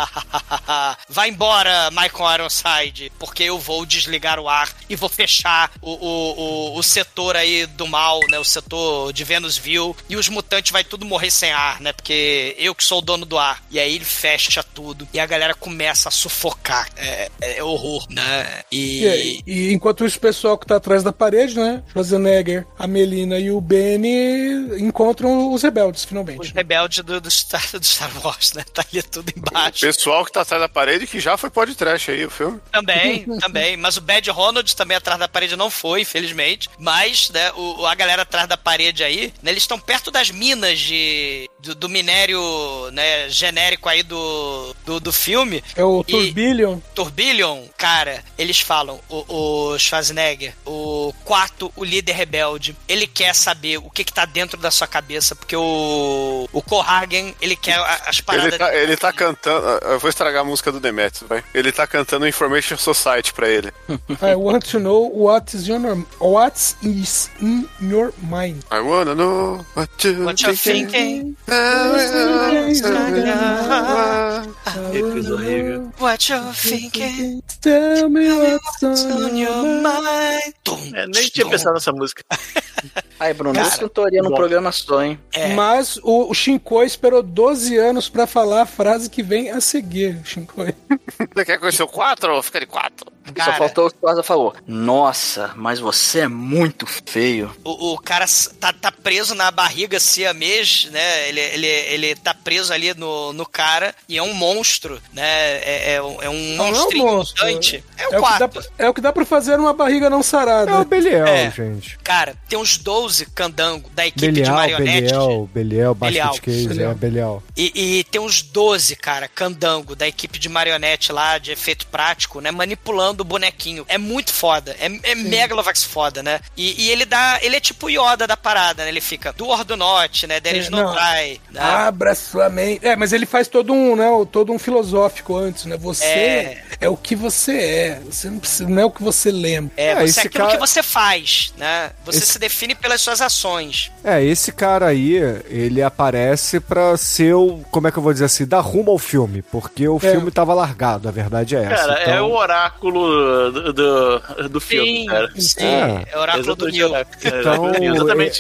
hahaha, vai embora, Michael Ironside, porque eu vou desligar o ar e vou fechar o, o, o, o setor aí do mal, né, o setor de Venusville, e os mutantes vai tudo morrer sem ar, né, porque eu que sou o dono do ar. E aí ele fecha tudo, e a galera começa a sufocar. É, é horror, né? E... E, e enquanto isso, o pessoal que tá atrás da parede, né, Schwarzenegger, a Melina e o Benny encontram os rebeldes, finalmente. Os rebeldes do, do, Star, do Star Wars, né? Tá ali tudo embaixo. O pessoal que tá atrás da parede, que já foi podcast aí, o filme. Também, também. Mas o Bad Ronald também atrás da parede não foi, infelizmente. Mas, né, o, a galera atrás da parede aí, né, eles estão perto das minas de, do, do minério, né, genérico aí do, do, do filme. É o Turbillion. Turbillion, cara, eles falam, o, o Schwarzenegger, o quarto, o líder rebelde, ele quer saber o que que tá dentro da sua cabeça, porque o, o Corhagen, ele quer as paradas... Ele tá, ele tá cantando... Eu vou estragar a música do Demetrius, vai. Ele tá cantando Information Society pra ele. I want to know what is, your, what is in your mind. I wanna know what, you what you're thinking. What you're thinking. Tell me what's on your mind. É, nem tinha pensado nessa música. Aí, Bruno, eu cantoria num programa só, hein? É. Mas o, o Shinkoi esperou doze anos pra falar a frase que vem a seguir, Shinkoi. Você quer conhecer o quatro ou fica de quatro? Cara, só faltou o que o Asa falou. Nossa, mas você é muito feio. O, o cara tá, tá preso na barriga siamês, né? Ele, ele, ele tá preso ali no, no cara e é um monstro, né? É, é, é um não monstrinho é um monstro, mutante. É o é quarto. O que dá, é o que dá pra fazer numa barriga não sarada. É o Belial, é. gente. Cara, tem uns doze candango da equipe Belial, de marionete. Belial, Belial, Basket Case, Belial. é, Belial. E, e tem uns doze, cara, candango da equipe de marionete lá, de efeito prático, né? Manipulando o bonequinho. É muito foda. É, é megalovax foda, né? E, e ele dá... Ele é tipo o Yoda da parada, né? Ele fica do or do not, né? There is no try. Né? Abra sua mente. É, mas ele faz todo um, né? Todo um filosófico antes, né? Você é, é o que você é. Você não, precisa, não é o que você lembra. É, é você é aquilo cara... que você faz, né? Você esse... se define pelas suas ações. É, esse cara aí, ele aparece pra ser o... Como é que eu vou dizer assim? Dar rumo ao filme. Porque o é. filme tava largado, a verdade é essa. Cara, então... é o oráculo do, do, do filme, sim, cara. Sim, é, é o oráculo do Neo. Então, é, exatamente, o oráculo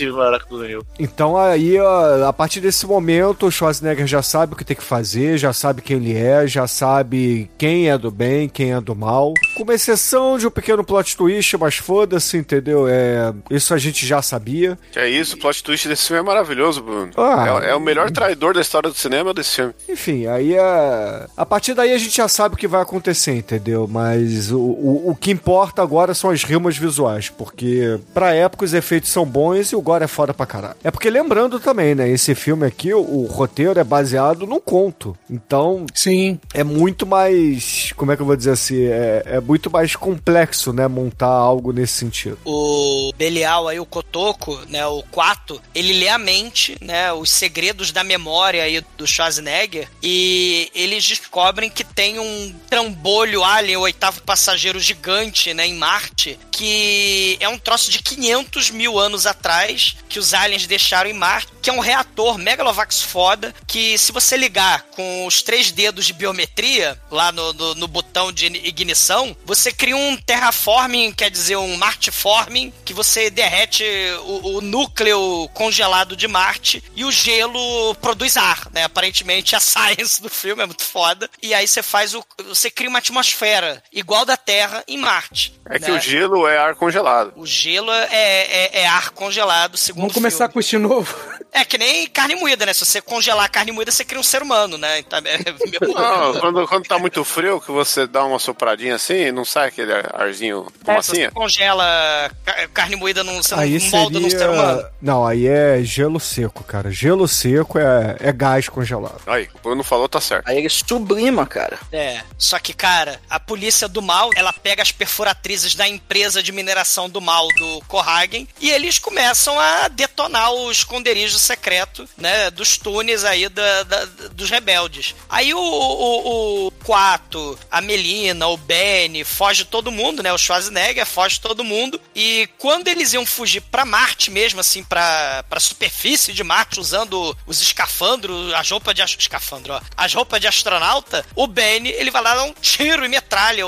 Clássico do Rio. Então aí, ó, a partir desse momento, o Schwarzenegger já sabe o que tem que fazer, já sabe quem ele é, já sabe quem é do bem, quem é do mal. Com uma exceção de um pequeno plot twist, mas foda-se, entendeu? É, isso a gente já sabia. Que é isso, o plot twist desse filme é maravilhoso, Bruno. Ah, é, é o melhor traidor da história do cinema desse filme. Enfim, aí é... a partir daí a gente já sabe o que vai acontecer, entendeu? Mas o, o, o que importa agora são as rimas visuais, porque pra época os efeitos são bons e o gore é foda pra caralho. É porque lembrando também, né, esse filme aqui, o, o roteiro é baseado num conto. Então, sim, é muito mais, como é que eu vou dizer assim, é, é muito mais complexo, né, montar algo nesse sentido. O Belial aí, o Kotoko, né, o Quato, ele lê a mente, né, os segredos da memória aí do Schwarzenegger, e eles descobrem que tem um trambolho alien, o oitavo passageiro gigante, né, em Marte, que é um troço de quinhentos mil anos atrás, que os aliens deixaram em Marte, que é um reator Megalovax foda, que se você ligar com os três dedos de biometria, lá no, no, no botão de ignição, você cria um terraforming, quer dizer, um Martiforming, que você derrete o, o núcleo congelado de Marte e o gelo produz ar, né? Aparentemente a science do filme é muito foda. E aí você faz o... você cria uma atmosfera igual da Terra em Marte. É né? que o gelo é ar congelado. O gelo é, é, é ar congelado, segundo Vamos começar filme. com este novo. É que nem carne moída, né? Se você congelar a carne moída, você cria um ser humano, né? Então, é meio... Não, quando, quando tá muito frio, que você dá uma sopradinha assim, não sai aquele arzinho fumacinha? É, se você congela carne moída, num, você aí não molda num ser humano. Não, aí é gelo seco, cara. Gelo seco é, é gás congelado. Aí, o Bruno falou, tá certo. Aí ele sublima, cara. É, só que, cara, a polícia do mal, ela pega as perfuratrizes da empresa de mineração do mal do Corhagen e eles começam a detonar o esconderijo secreto, né, dos túneis aí da, da, dos rebeldes. Aí o, o, o Quato, a Melina, o Benny, foge todo mundo, né, o Schwarzenegger foge todo mundo, e quando eles iam fugir pra Marte mesmo, assim, pra, pra superfície de Marte, usando os escafandros, as roupas de escafandro, ó, as roupas de astronauta, o Benny, ele vai lá dar um tiro e metralha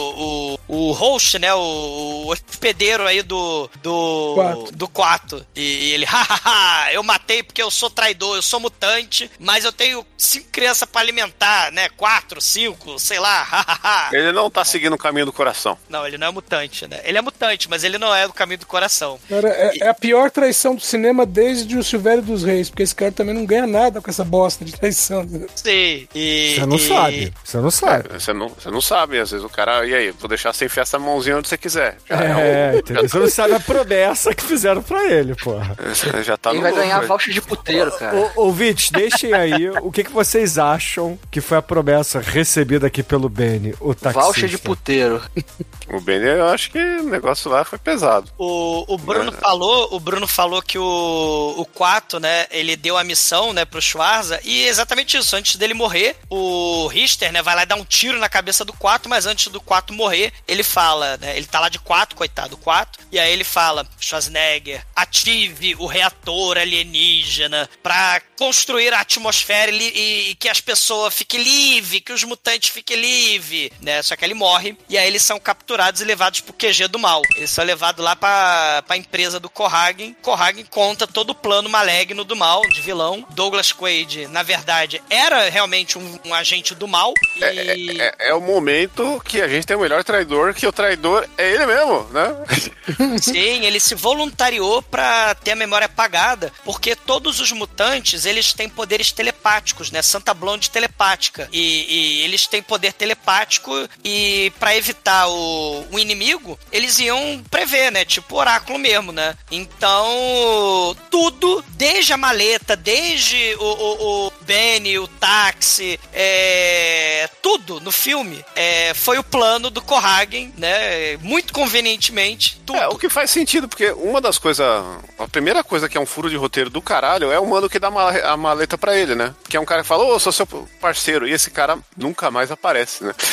o, o, o host, né, o, o hospedeiro aí do do Quato. do Quato, e, e ele, hahaha, eu matei porque eu sou traidor, eu sou mutante, mas eu tenho cinco crianças pra alimentar, né, quatro, cinco, sei lá, hahaha. Ele não tá seguindo o caminho do coração. Não, ele não é mutante, né, ele é mutante, mas ele não é do caminho do coração. Cara, é, E- é a pior traição do cinema desde o Silvério dos Reis, porque esse cara também não ganha nada com essa bosta de traição. Sim, e... Você não e- sabe. Você não sabe. Você não, você não sabe, às vezes o cara, e aí, vou deixar sem festa a mãozinha onde você quiser. Já É, um- entendeu? Você não sabe a promessa que fizeram pra ele, porra. já, já tá Ele no vai lucro, ganhar né? voucher de puteiro, cara. Ô, ouvintes, deixem aí o que, que vocês acham que foi a promessa recebida aqui pelo Benny, o taxista. Voucher de puteiro. O Benny, eu acho que o negócio lá foi pesado. O, o Bruno É. falou, o Bruno falou que o, o Quato, né, ele deu a missão, né, pro Schwarza, e exatamente isso, antes dele morrer, o Richter, né, vai lá dar um tiro na cabeça do Quato, mas antes do Quato morrer, ele fala, né, ele tá lá de Quato, coitado, Quato, e aí ele fala, Schwarzenegger, ative o reator alienígena pra construir a atmosfera e, e- e que as pessoas fiquem livres, que os mutantes fiquem livres, né, só que ele morre, e aí eles são capturados e levados pro Q G do mal. Eles são levados lá pra, pra empresa do Corhagen. Corhagen conta todo o plano maligno do mal, de vilão. Douglas Quaid, na verdade, era realmente um, um agente do mal. E... É, é- é o momento que a gente tem o melhor traidor, que o traidor é ele mesmo, né? Sim, ele se voluntariou pra ter a memória apagada, porque todos os mutantes, eles têm poderes telepáticos, né? Santa Blonde telepática. E, e eles têm poder telepático e pra evitar o, o inimigo, eles iam prever, né? Tipo oráculo mesmo, né? Então, tudo, desde a maleta, desde o, o, o Benny, o táxi, é, tudo no filme é, foi o plano do Corhagen, né? Muito convenientemente, tudo. É, o que faz sentido, porque uma das coisas. A primeira coisa que é um furo de roteiro do caralho é o mano que dá ma- a maleta pra ele, né? Que é um cara que fala, ô, sou seu parceiro. E esse cara nunca mais aparece, né?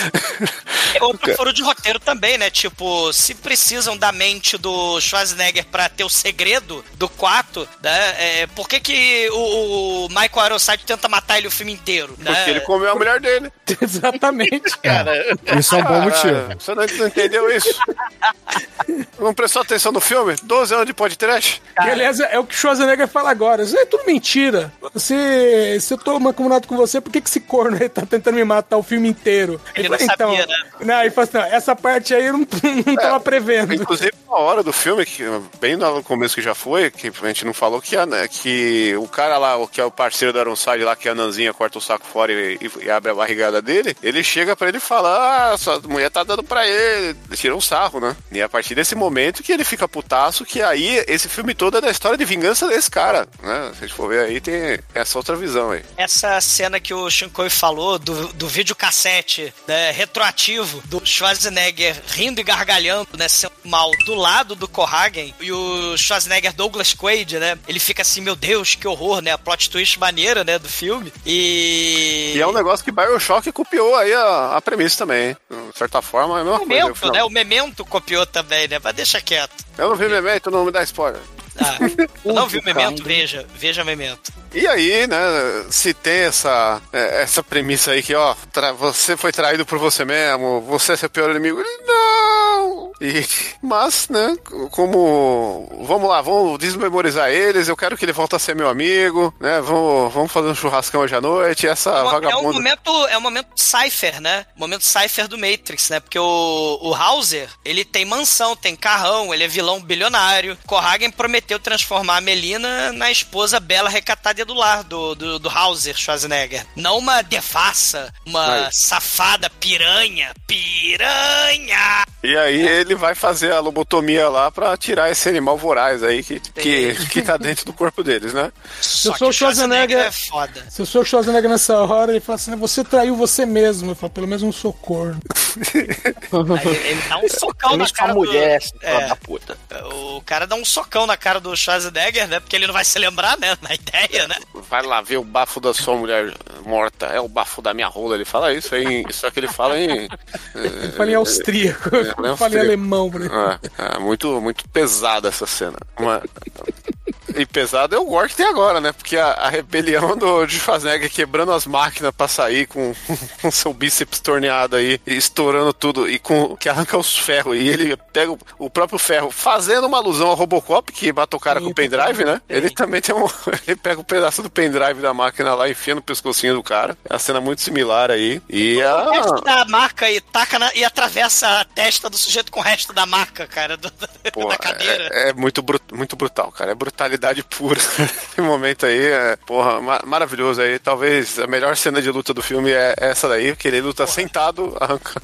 É outro furo de roteiro também, né? Tipo, se precisam da mente do Schwarzenegger pra ter o segredo do Quato, né? É, por que que o, o Michael Ironside tenta matar ele o filme inteiro, né? Porque ele comeu a mulher dele. Exatamente, cara. Isso é um bom motivo. Você não, não entendeu isso? Não prestou atenção no filme? doze anos de podcast? Que, aliás, é o que o Schwarzenegger fala agora. Isso é tudo mentira. Se, se eu tô mancomunado com você, por que, que esse corno aí tá tentando me matar o filme inteiro? Ele, ele não fala, sabia, então, né? Não, ele fala assim, não, essa parte aí eu não, não tava É, prevendo. Inclusive, uma hora do filme, que bem no começo que já foi, que a gente não falou, que, a, né, que o cara lá, o que é o parceiro da Ironside lá, que a Nanzinha corta o saco fora e, e, e abre a barrigada dele, ele chega pra ele e fala, ah, sua mulher tá dando pra ele, tira um sarro, né? E a partir desse momento que ele fica putaço, que aí esse filme todo é da história de vingança desse cara, né? Se a gente for ver aí, tem essa outra visão aí. Essa cena que o Shinkoi falou do, do videocassete, né, retroativo do Schwarzenegger rindo e gargalhando, né, sendo mal do lado do Corhagen, e o Schwarzenegger Douglas Quaid, né, ele fica assim, meu Deus, que horror, né, a plot twist maneira, né, do filme, e... E é um negócio que BioShock copiou aí a, a premissa também, de certa forma, é a mesma o coisa. Memento, né, o Memento copiou também, né, mas deixa quieto. Eu não vi Memento, não me dá spoiler. Ah, não viu Memento? Veja, veja Memento. E aí, né, se tem essa, essa premissa aí que, ó, tra- você foi traído por você mesmo, você é seu pior inimigo. Ele, não! E, mas, né, como, vamos lá, vamos desmemorizar eles, eu quero que ele volte a ser meu amigo, né, vamos, vamos fazer um churrascão hoje à noite, essa é uma, vagabunda... É um momento, é um momento Cypher, né, momento Cypher do Matrix, né, porque o, o Hauser, ele tem mansão, tem carrão, ele é vilão bilionário, Corhagen prometeu transformar a Melina na esposa bela recatada do lar do, do, do Hauser Schwarzenegger. Não uma devassa, uma Ai. safada piranha. Piranha! E aí ele vai fazer a lobotomia lá pra tirar esse animal voraz aí que, que, que tá dentro do corpo deles, né? Se eu sou o Schwarzenegger, é foda. Se eu sou o Schwarzenegger nessa hora, ele fala assim, você traiu você mesmo. Eu falo, pelo menos um socorro. Aí ele dá um socão na cara mulher, do... É, da puta. O cara dá um socão na cara do Schwarzenegger, né? Porque ele não vai se lembrar, né? Na ideia, né? Vai lá ver o bafo da sua mulher morta. É o bafo da minha rola. Ele fala isso aí. Só que ele fala em... Ele fala em austríaco. É, ele fala em alemão. É, é, muito, muito pesada essa cena. Uma... E pesado é o gore que tem agora, né? Porque a, a rebelião do Schwarzenegger quebrando as máquinas pra sair com, com seu bíceps torneado aí, e estourando tudo, e com que arranca os ferros, e ele pega o, o próprio ferro, fazendo uma alusão ao Robocop, que bate o cara Sim, com o pendrive, né? Ele também tem um... Ele pega um pedaço do pendrive da máquina lá, enfia no pescocinho do cara. É uma cena muito similar aí. E a... O resto da marca e taca na, e atravessa a testa do sujeito com o resto da marca, cara, do, Pô, da cadeira. É, é muito, brut, muito brutal, cara. É brutalidade pura. Esse momento aí é, porra, ma- maravilhoso aí. Talvez a melhor cena de luta do filme é essa daí, porque ele luta porra. sentado, arrancando.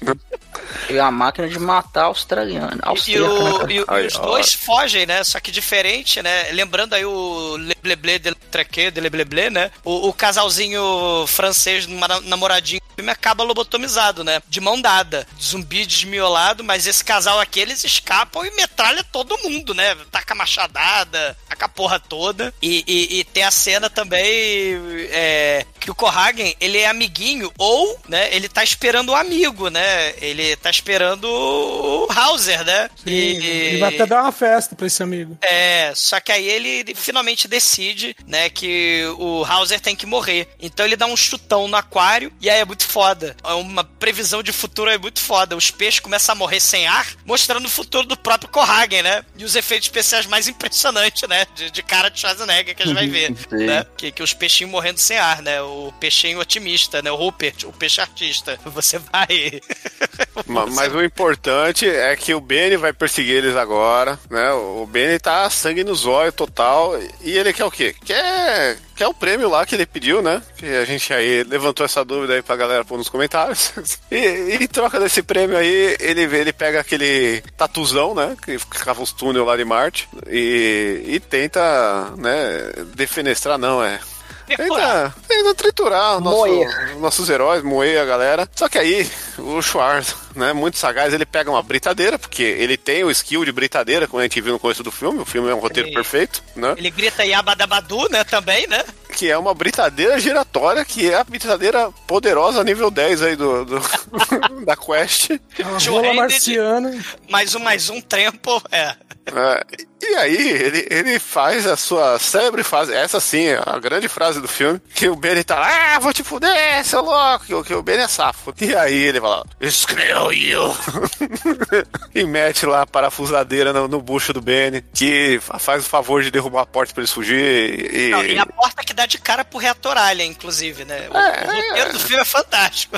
E a máquina de matar australiano. E, o, e, e os dois fogem, né? Só que diferente, né? Lembrando aí o Le Bleblé de Trequet, de Le Bleblé, né? O, o casalzinho francês, namoradinho, o filme acaba lobotomizado, né? De mão dada. Zumbi desmiolado, mas esse casal aqui, eles escapam e metralha todo mundo, né? Taca a machadada, taca a porra toda. E, e, e tem a cena também é, que o Corhagen, ele é amiguinho ou, né? Ele tá esperando o amigo, né? Ele tá esperando o Hauser, né? Sim, e ele vai até dar uma festa pra esse amigo. É, só que aí ele, ele finalmente decide, né, que o Hauser tem que morrer. Então ele dá um chutão no aquário e aí é muito foda. É uma previsão de futuro é muito foda. Os peixes começam a morrer sem ar, mostrando o futuro do próprio Corhagen, né? E os efeitos especiais mais impressionantes, né? De, de cara de Schwarzenegger que a gente vai ver, né? Que, que os peixinhos morrendo sem ar, né? O peixinho otimista, né? O Rupert, o peixe artista. Você vai... Mas o importante é que o Benny vai perseguir eles agora, né? O Benny tá sangue no zóio total. E ele quer o quê? Quer, quer o prêmio lá que ele pediu, né? Que a gente aí levantou essa dúvida aí pra galera pôr nos comentários. E, e em troca desse prêmio aí, ele, ele pega aquele tatuzão, né? Que ficava os túneis lá de Marte. E, e tenta, né? Defenestrar, não, é... Tenta, tenta triturar nosso, nossos heróis, moer a galera. Só que aí, o Schwarz, né, muito sagaz, ele pega uma britadeira, porque ele tem o skill de britadeira, como a gente viu no começo do filme. O filme é um roteiro ele, perfeito, né? Ele grita Yabadabadu, né, também, né? Que é uma britadeira giratória, que é a britadeira poderosa nível dez aí do, do da quest. Rola marciana. Mais um, mais um tempo, é. É, e aí, ele, ele faz a sua célebre frase, essa sim, a grande frase do filme, que o Benny tá lá, ah, vou te fuder, seu louco, que, que o Benny é safo. E aí ele fala, screw you! E mete lá a parafusadeira no, no bucho do Benny, que faz o favor de derrubar a porta pra eles fugir. E, Não, e a porta que dá de cara pro reator Alien, inclusive, né? O, é, o roteiro é... do filme é fantástico.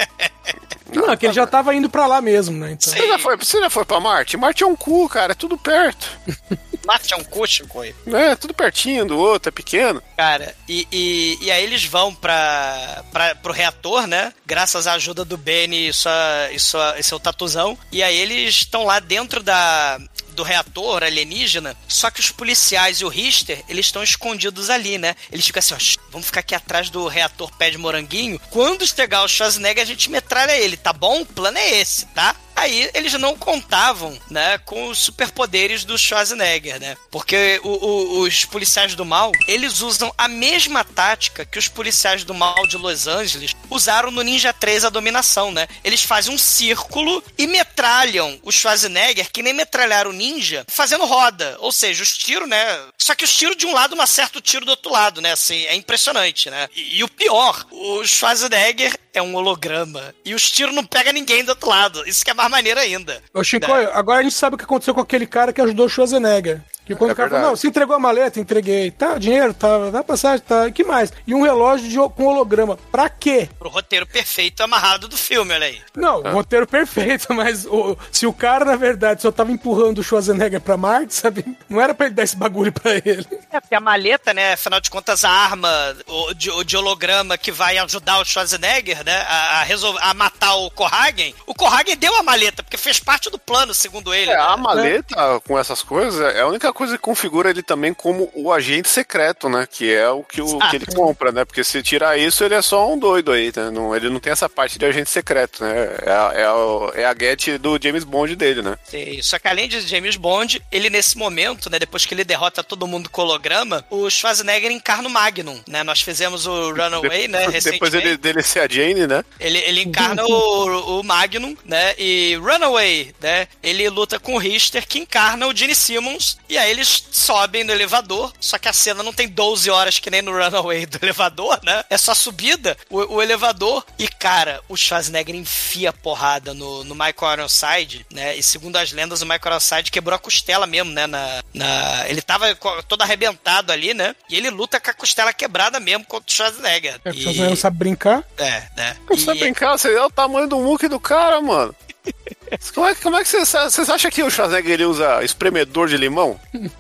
Não, é que ele já tava indo pra lá mesmo, né? Então. Você, já foi, você já foi pra Marte? Marte é um cu, cara, é tudo perto. Marte é um cu, Chico? É, tudo pertinho do outro, é pequeno. Cara, e, e, e aí eles vão pra, pra, pro reator, né? Graças à ajuda do Benny e, sua, e, sua, e seu tatuzão. E aí eles estão lá dentro da... do reator alienígena, só que os policiais e o Richter, eles estão escondidos ali, né? Eles ficam assim, ó, vamos ficar aqui atrás do reator pé de moranguinho. Quando chegar o Schwarzenegger, a gente metralha ele, tá bom? O plano é esse, tá? Aí eles não contavam, né, com os superpoderes do Schwarzenegger, né? Porque o, o, os policiais do mal, eles usam a mesma tática que os policiais do mal de Los Angeles usaram no Ninja três A Dominação, né? Eles fazem um círculo e metralham o Schwarzenegger, que nem metralharam o Ninja, fazendo roda. Ou seja, os tiros, né? Só que os tiros de um lado não acertam o tiro do outro lado, né? Assim, é impressionante, né? E, e o pior, o Schwarzenegger é um holograma. E os tiros não pegam ninguém do outro lado. Isso que é mais maneiro ainda. Ô, Chico, né? Agora a gente sabe o que aconteceu com aquele cara que ajudou o Schwarzenegger. Que quando é o cara verdade. falou, não, você entregou a maleta, entreguei. Tá, dinheiro, tá, dá passagem, tá. E que mais? E um relógio de, com holograma. Pra quê? Pro roteiro perfeito amarrado do filme, olha aí. Não, ah. roteiro perfeito, mas o, se o cara, na verdade, só tava empurrando o Schwarzenegger pra Marte, sabe? Não era pra ele dar esse bagulho pra ele. É, porque a maleta, né, afinal de contas, a arma de, de holograma que vai ajudar o Schwarzenegger, né, a, a, resolver, a matar o Corhagen, o Corhagen deu a maleta, porque fez parte do plano, segundo ele. É, né? a maleta, é. com essas coisas, é a única coisa que configura ele também como o agente secreto, né? Que é o que, o, que ele compra, né? Porque se tirar isso, ele é só um doido aí, né? Não, ele não tem essa parte de agente secreto, né? É a, é a, é a get do James Bond dele, né? Sim, só que além de James Bond, ele nesse momento, né? Depois que ele derrota todo mundo com holograma, o Schwarzenegger encarna o Magnum, né? Nós fizemos o Runaway, né? Recentemente. Depois dele, dele ser a Jane, né? Ele, ele encarna o, o Magnum, né? E Runaway, né? Ele luta com o Richter, que encarna o Gene Simmons, e aí eles sobem no elevador, só que a cena não tem doze horas que nem no Runaway do elevador, né? É só subida, o, o elevador, e cara, o Schwarzenegger enfia a porrada no, no Michael Ironside, né? E segundo as lendas, o Michael Ironside quebrou a costela mesmo, né? Na, na... Ele tava todo arrebentado ali, né? E ele luta com a costela quebrada mesmo contra o Schwarzenegger. É, o Schwarzenegger não sabe brincar? É, né? Não sabe brincar, você é o tamanho do muque do cara, mano. Como é, como é que vocês acham que o Schwarzenegger ele usa espremedor de limão?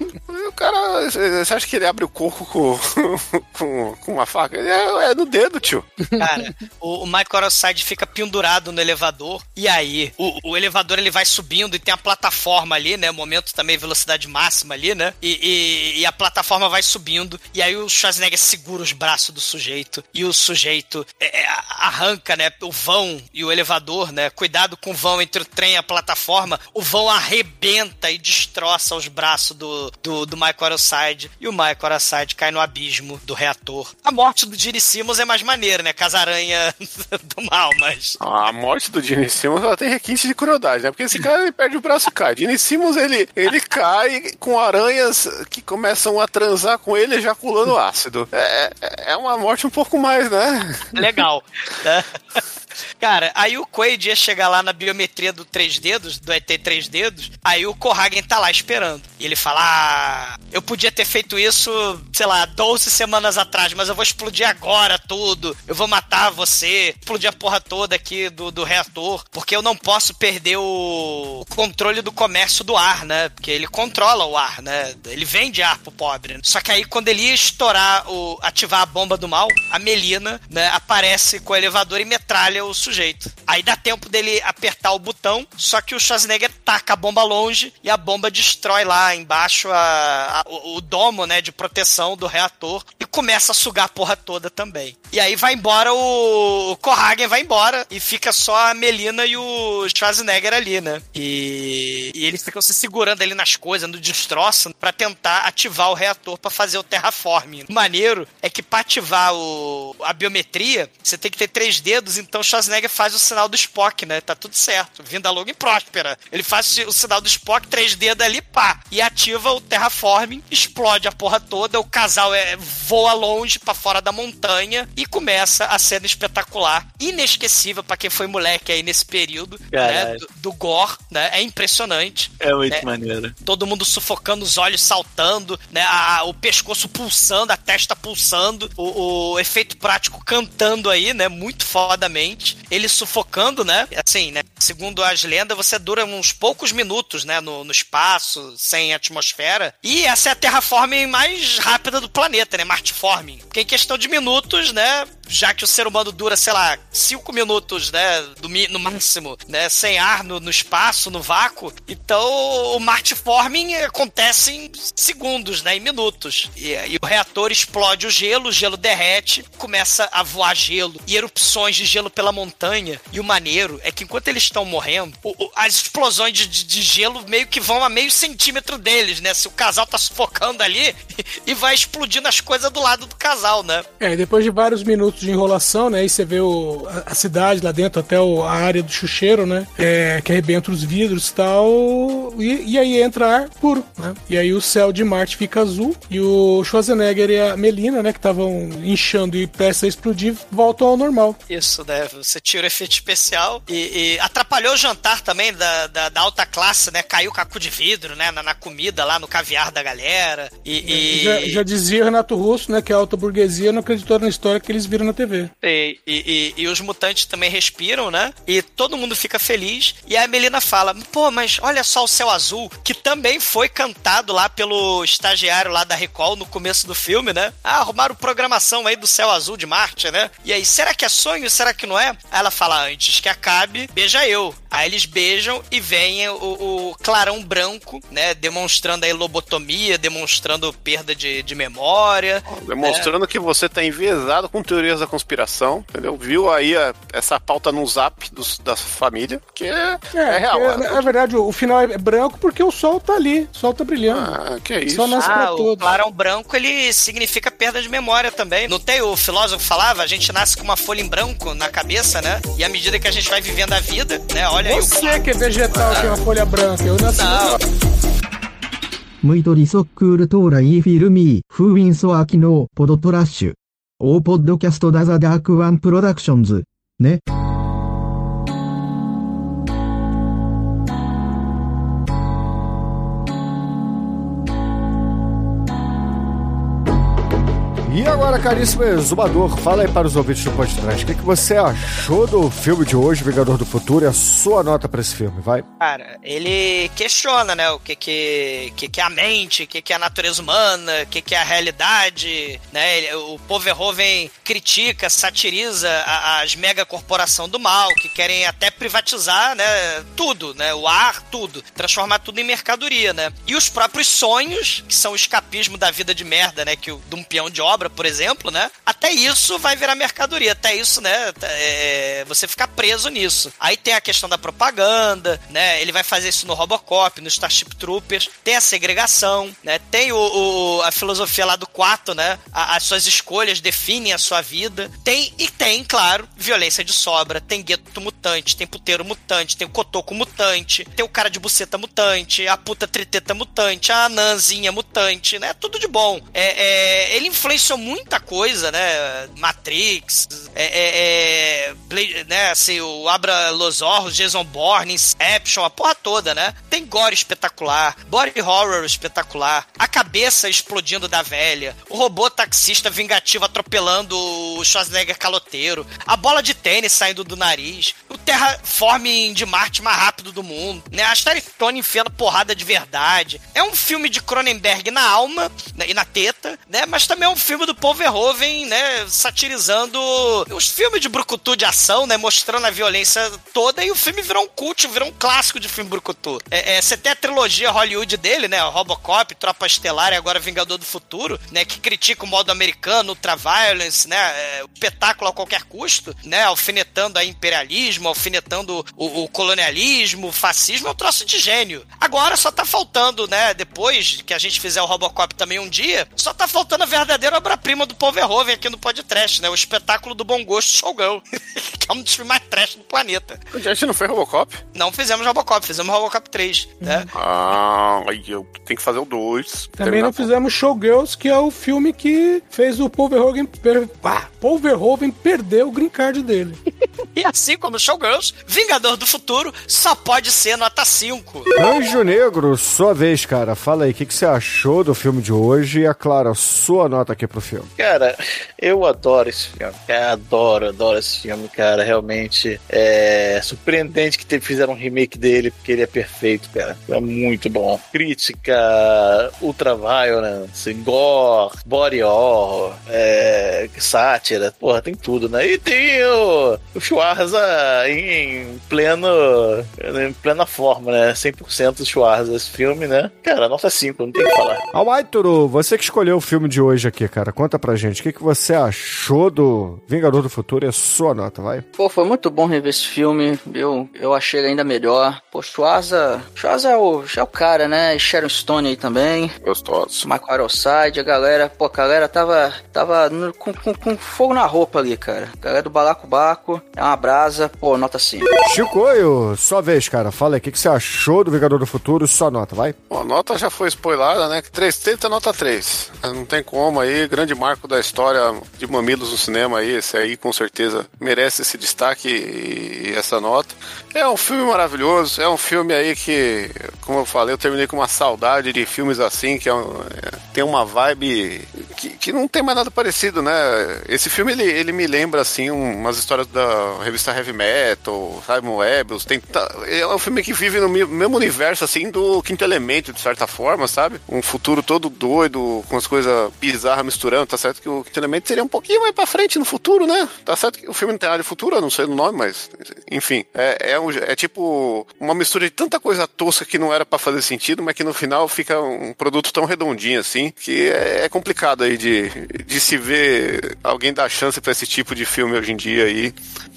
O cara, você acha que ele abre o coco com, com, com uma faca? É, é no dedo, tio. Cara, o, o Michael Ironside fica pendurado no elevador, e aí o, o elevador ele vai subindo e tem a plataforma ali, né? Momento também velocidade máxima ali, né? E, e, e a plataforma vai subindo, e aí o Schwarzenegger segura os braços do sujeito, e o sujeito é, é, arranca, né? O vão e o elevador, né? Cuidado com o vão entre o trem e a plataforma, o vão arrebenta e destroça os braços do, do, do Michael Ironside, e o Michael Ironside cai no abismo do reator. A morte do Gene Simmons é mais maneira, né? Casaranha do mal, mas... A morte do Gene Simmons, ela tem requinte de crueldade, né? Porque esse cara, ele perde o braço e cai. Gene Simmons, ele, ele cai com aranhas que começam a transar com ele ejaculando ácido. É, é uma morte um pouco mais, né? Legal, né? Cara, aí o Quaid ia chegar lá na biometria do três dedos, do E T três dedos, aí o Corhagen tá lá esperando. E ele fala, ah, eu podia ter feito isso, sei lá, doze semanas atrás, mas eu vou explodir agora tudo, eu vou matar você, explodir a porra toda aqui do, do reator, porque eu não posso perder o controle do comércio do ar, né? Porque ele controla o ar, né? Ele vende ar pro pobre. Né? Só que aí quando ele ia estourar, o, ativar a bomba do mal, a Melina, né, aparece com o elevador e metralha o sujeito. Aí dá tempo dele apertar o botão, só que o Schwarzenegger taca a bomba longe e a bomba destrói lá embaixo a, a, o, o domo, né, de proteção do reator e começa a sugar a porra toda também. E aí vai embora o, o Corhagen vai embora e fica só a Melina e o Schwarzenegger ali, né? E, e eles ficam se segurando ali nas coisas, no destroço, pra tentar ativar o reator pra fazer o terraforming. O maneiro é que pra ativar o, a biometria, você tem que ter três dedos, então o Schwarzenegger Schwarzenegger faz o sinal do Spock, né? Tá tudo certo. Vinda longa e próspera. Ele faz o sinal do Spock, três dedos ali, pá. E ativa o terraforming, explode a porra toda, o casal é, voa longe pra fora da montanha e começa a cena espetacular, inesquecível pra quem foi moleque aí nesse período, né? Do, do gore, né? É impressionante. É muito né? maneiro. Todo mundo sufocando, os olhos saltando, né? A, a, o pescoço pulsando, a testa pulsando, o, o efeito prático cantando aí, né? Muito fodamente. Ele sufocando, né? Assim, né? Segundo as lendas, você dura uns poucos minutos, né? No, no espaço, sem atmosfera. E essa é a terraforming mais rápida do planeta, né? Martiforming. Porque em questão de minutos, né? Já que o ser humano dura, sei lá, cinco minutos, né? Do, no máximo, né? Sem ar, no, no espaço, no vácuo. Então, o Martiforming acontece em segundos, né? Em minutos. E, e o reator explode o gelo, o gelo derrete, começa a voar gelo e erupções de gelo pela montanha. E o maneiro é que enquanto eles estão morrendo, o, o, as explosões de, de, de gelo meio que vão a meio centímetro deles, né? Se o casal tá sufocando ali e vai explodindo as coisas do lado do casal, né? É, e depois de vários minutos de enrolação, né? Aí você vê o, a, a cidade lá dentro, até o, a área do chucheiro, né? É, que arrebenta os vidros e tal. E, e aí entra ar puro, né? E aí o céu de Marte fica azul e o Schwarzenegger e a Melina, né? Que estavam inchando e prestes a explodir, voltam ao normal. Isso, né? Você tira o efeito especial e, e atrapalhou o jantar também da, da, da alta classe, né? Caiu caco de vidro, né? Na, na comida lá, no caviar da galera. E, e... Já, já dizia Renato Russo, né? Que a alta burguesia não acreditou na história que eles viram na T V. E, e, e, e os mutantes também respiram, né? E todo mundo fica feliz. E a Melina fala, pô, mas olha só o céu azul, que também foi cantado lá pelo estagiário lá da Recall no começo do filme, né? Ah, arrumaram programação aí do céu azul de Marte, né? E aí, será que é sonho? Será que não é? Aí ela fala, antes que acabe, beija eu. Aí eles beijam e vem o, o clarão branco, né? Demonstrando aí lobotomia, demonstrando perda de, de memória. Demonstrando né? que você tá enviesado com teorias da conspiração, entendeu? Viu aí a, essa pauta no zap dos, da família, que é, é, é real. É, é, é verdade, o, o final é branco porque o sol tá ali, o sol tá brilhando. Ah, que é isso. Só nasce ah, pra o todos. clarão branco, ele significa perda de memória também. Não tem o filósofo falava, a gente nasce com uma folha em branco na cabeça, né? E à medida que a gente vai vivendo a vida, né? Olha Você aí o... que é vegetal, ah. tem uma folha branca, eu nasci. Não. ムイトリソックールトーライフィルミー、フーウィンソアキノー、ポドトラッシュ。オーポッドキャストダザダークワンプロダクションズ。ね。 E agora, caríssimo exumador, fala aí para os ouvintes do podcast, o que, que você achou do filme de hoje, Vingador do Futuro, e a sua nota para esse filme, vai? Cara, ele questiona, né, o que que, que, que é a mente, o que, que é a natureza humana, o que, que é a realidade, né, ele, o Paul Verhoeven critica, satiriza a, as megacorporações do mal, que querem até privatizar, né, tudo, né, o ar, tudo, transformar tudo em mercadoria, né, e os próprios sonhos, que são o escapismo da vida de merda, né, que o, de um peão de obra, por exemplo, né? Até isso vai virar mercadoria, até isso, né? É, você ficar preso nisso. Aí tem a questão da propaganda, né? Ele vai fazer isso no Robocop, no Starship Troopers, tem a segregação, né? Tem o, o, a filosofia lá do quarto, né? A, as suas escolhas definem a sua vida. Tem, e tem, claro, violência de sobra, tem gueto mutante, tem puteiro mutante, tem o cotoco mutante, tem o cara de buceta mutante, a puta triteta mutante, a anãzinha mutante, né? Tudo de bom. É, é, ele influenciou muita coisa, né? Matrix, é, é, é, Blade, né? Assim, o Abra Los Orros, Jason Bourne, Inception, a porra toda, né? Tem gore espetacular, body horror espetacular, a cabeça explodindo da velha, o robô taxista vingativo atropelando o Schwarzenegger caloteiro, a bola de tênis saindo do nariz, o terraforming de Marte mais rápido do mundo, né? A Starry Stone enfiando porrada de verdade. É um filme de Cronenberg na alma, né? E na teta, né? Mas também é um filme do Paul Verhoeven, né, satirizando os filmes de brucutu de ação, né, mostrando a violência toda, e o filme virou um cult, virou um clássico de filme brucutu. É, é, você tem a trilogia Hollywood dele, né, Robocop, Tropa Estelar e agora Vingador do Futuro, né, que critica o modo americano, ultraviolence, né, é, o espetáculo a qualquer custo, né, alfinetando a imperialismo, alfinetando o, o colonialismo, o fascismo, é um troço de gênio. Agora só tá faltando, né, depois que a gente fizer o Robocop também um dia, só tá faltando a verdadeira obra-prima do Paul Verhoeven aqui no podcast, né, o espetáculo do bom gosto Showgirl, que é um dos filmes mais trash do planeta. A gente não fez Robocop? Não fizemos Robocop, fizemos Robocop três, né? Ah, aí eu tenho que fazer o dois. Também não fizemos Showgirls, que é o filme que fez o Paul Verhoeven, per... ah, Paul Verhoeven perder o green card dele. E assim como Showgirls, Vingador do Futuro só pode ser nota cinco. Anjo Negro, sua vez, cara. Fala aí, o que, que você achou do filme de hoje? E, é claro, a sua nota aqui pro filme. Cara, eu adoro esse filme. Eu adoro, adoro esse filme, cara. Realmente é surpreendente que fizeram um remake dele, porque ele é perfeito, cara. É muito bom. Crítica, ultra violence, gore, body horror, é, sátira, porra, tem tudo, né? E tem o, o Schwarza em pleno em plena forma, né? cem por cento Schwarza esse filme, né? Cara, nota cinco, não tem o que falar. Almaituru, você que escolheu o filme de hoje aqui, cara, conta pra gente, o que, que você achou do Vingador do Futuro e a sua nota, vai? Pô, foi muito bom rever esse filme, eu, eu achei ele ainda melhor. Pô, Schwarza, Schwarza é o, já é o cara, né? E Sharon Stone aí também. Gostoso. Michael Ironside, a galera, pô, a galera tava, tava no, com, com, com fogo na roupa ali, cara. A galera do Balacobaco, é uma brasa, pô, nota cinco. Chicoio, sua vez, cara, fala aí, o que, que você achou do Vingador do Futuro e sua nota, vai? Bom, a nota já foi spoilada, né? três trinta, nota três. Não tem como aí, grande marco da história de mamilos no cinema aí, esse aí com certeza merece esse destaque e essa nota. É um filme maravilhoso, é um filme aí que, como eu falei, eu terminei com uma saudade de filmes assim, que é um, é, tem uma vibe que, que não tem mais nada parecido, né? Esse filme, ele, ele me lembra, assim, um, umas histórias da revista Heavy Metal, sabe, Moebius, tem, é um filme que vive no mesmo universo, assim, do Quinto Elemento, de certa forma, sabe? Um futuro todo doido, com as coisas bizarras misturando, tá certo que o Quinto Elemento seria um pouquinho mais pra frente no futuro, né? Tá certo que o filme não tem nada de futuro, eu não sei o nome, mas, enfim, é, é, um, é tipo uma mistura de tanta coisa tosca que não era pra fazer sentido, mas que no final fica um produto tão redondinho, assim, que é, é complicado aí de, de se ver alguém dar chance pra esse tipo de filme hoje em dia aí,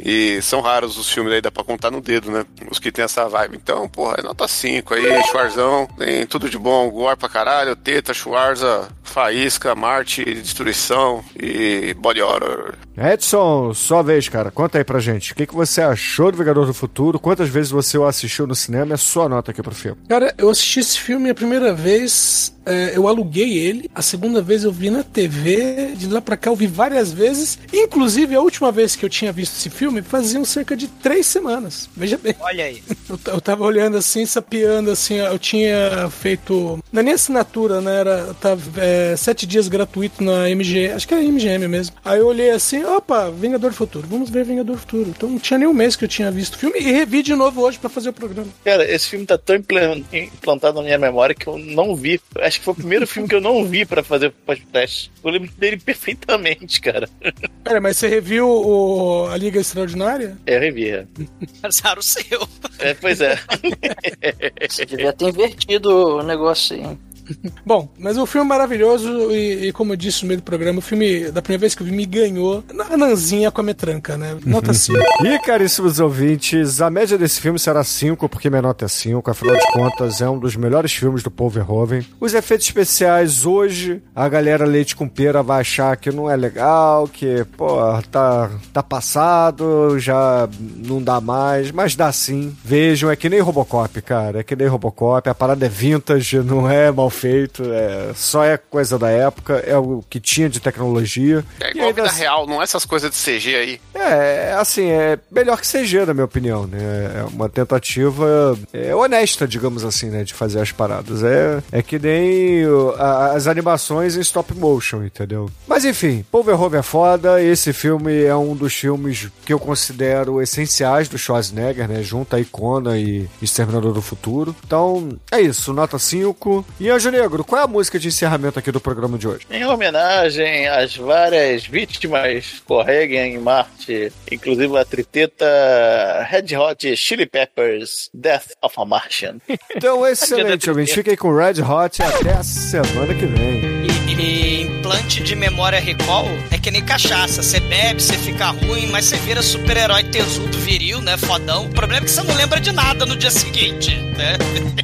e são raros os filmes aí, dá pra contar no dedo, né? Os que tem essa vibe. Então, porra, é nota cinco aí, Schwarzão, tem tudo de bom, gore pra caralho, teta, Schwarza, faísca, Marte, destruição e body horror. Edson, sua vez, cara, conta aí pra gente, o que, que você achou do Vingador do Futuro, quantas vezes você o assistiu no cinema e a sua nota aqui pro filme? Cara, eu assisti esse filme a primeira vez, é, eu aluguei ele, a segunda vez eu vi na T V, de lá pra cá eu vi várias vezes, inclusive a última vez que eu tinha visto esse filme faziam cerca de três semanas, veja bem. Olha aí. Eu, eu tava olhando assim, sapeando assim, eu tinha feito, na minha assinatura, né, era, tava, é, sete dias gratuito na M G, acho que era M G M mesmo. Aí eu olhei assim, opa, Vingador do Futuro, vamos ver Vingador do Futuro. Então não tinha nem um mês que eu tinha visto o filme e revi de novo hoje pra fazer o programa. Cara, esse filme tá tão implantado na minha memória que eu não vi. Acho que foi o primeiro filme que eu não vi pra fazer o podcast. Eu lembro dele perfeitamente, cara. Pera, mas você reviu o, a Liga Extraordinária? É, eu revi, é. Azar o seu. É, pois é. Você devia ter invertido o negócio aí. Bom, mas o filme é maravilhoso e, e como eu disse no meio do programa, o filme, da primeira vez que eu vi, me ganhou na nanzinha com a metranca, né? Nota cinco. E, caríssimos ouvintes, a média desse filme será cinco, porque minha nota é cinco, afinal de contas é um dos melhores filmes do Paul Verhoeven. Os efeitos especiais hoje, a galera leite com pera vai achar que não é legal, que, pô, tá, tá passado, já não dá mais, mas dá sim. Vejam, é que nem Robocop, cara, é que nem Robocop, a parada é vintage, não é mal feito, é, só é coisa da época, é o que tinha de tecnologia. É igual a vida assim, real, não é essas coisas de C G aí. É, assim, é melhor que C G, na minha opinião, né? É uma tentativa é, honesta, digamos assim, né? De fazer as paradas. É, é que nem a, as animações em stop motion, entendeu? Mas enfim, Paul Verhoeven é foda, esse filme é um dos filmes que eu considero essenciais do Schwarzenegger, né? Junto a Icona e Exterminador do Futuro. Então, é isso, nota cinco. E Anjo Negro, qual é a música de encerramento aqui do programa de hoje? Em homenagem às várias vítimas correguem em Marte, inclusive a triteta Red Hot Chili Peppers, Death of a Martian. Então, excelente, ouvinte. Fica aí com Red Hot e até a semana que vem. E, e, implante de memória recall é que nem cachaça. Você bebe, você fica ruim, mas você vira super-herói tesudo, viril, né? Fodão. O problema é que você não lembra de nada no dia seguinte, né?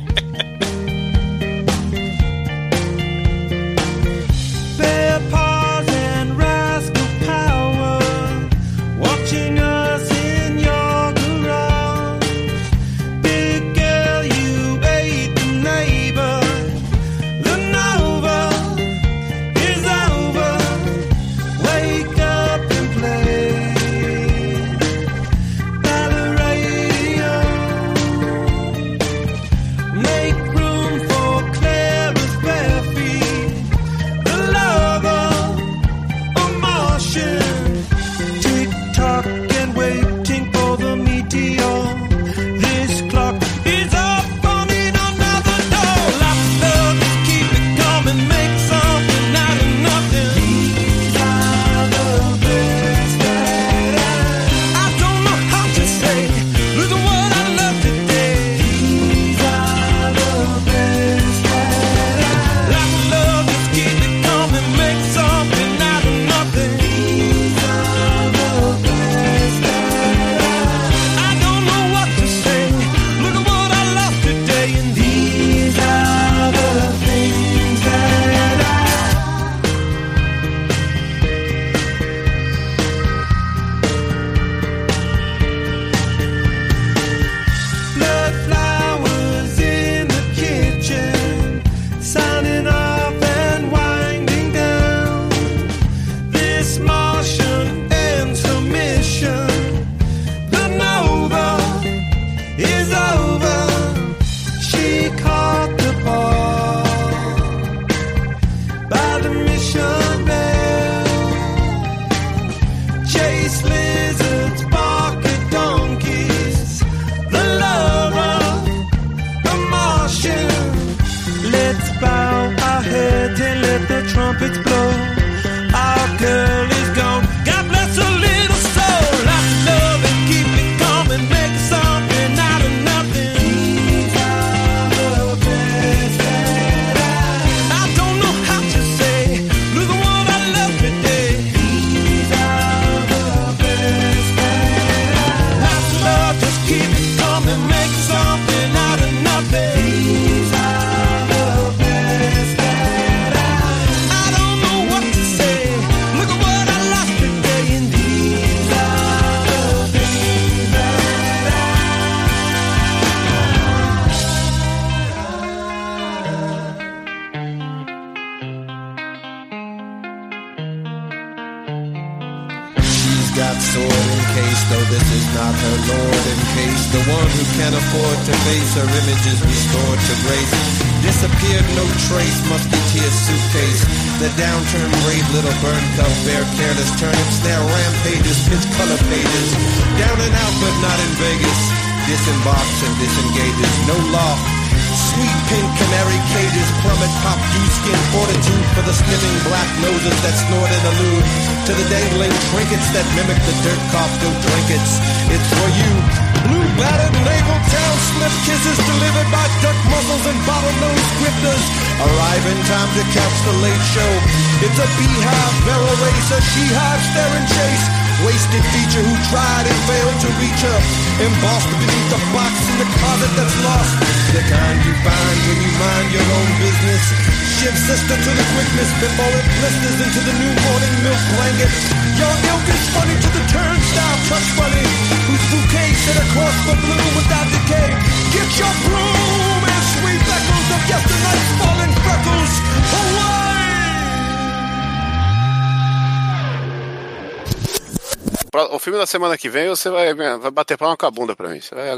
O filme da semana que vem você vai, vai bater palma com a bunda pra mim. Você vai,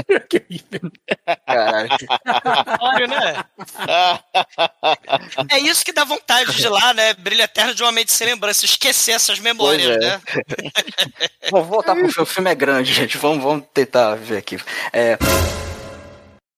caralho. Olha, né? É isso que dá vontade de ir lá, né? Brilho eterno de uma mente sem lembrança. Esquecer essas memórias, é. né? Vou voltar pro filme. O filme é grande, gente. Vamos, vamos tentar ver aqui. É...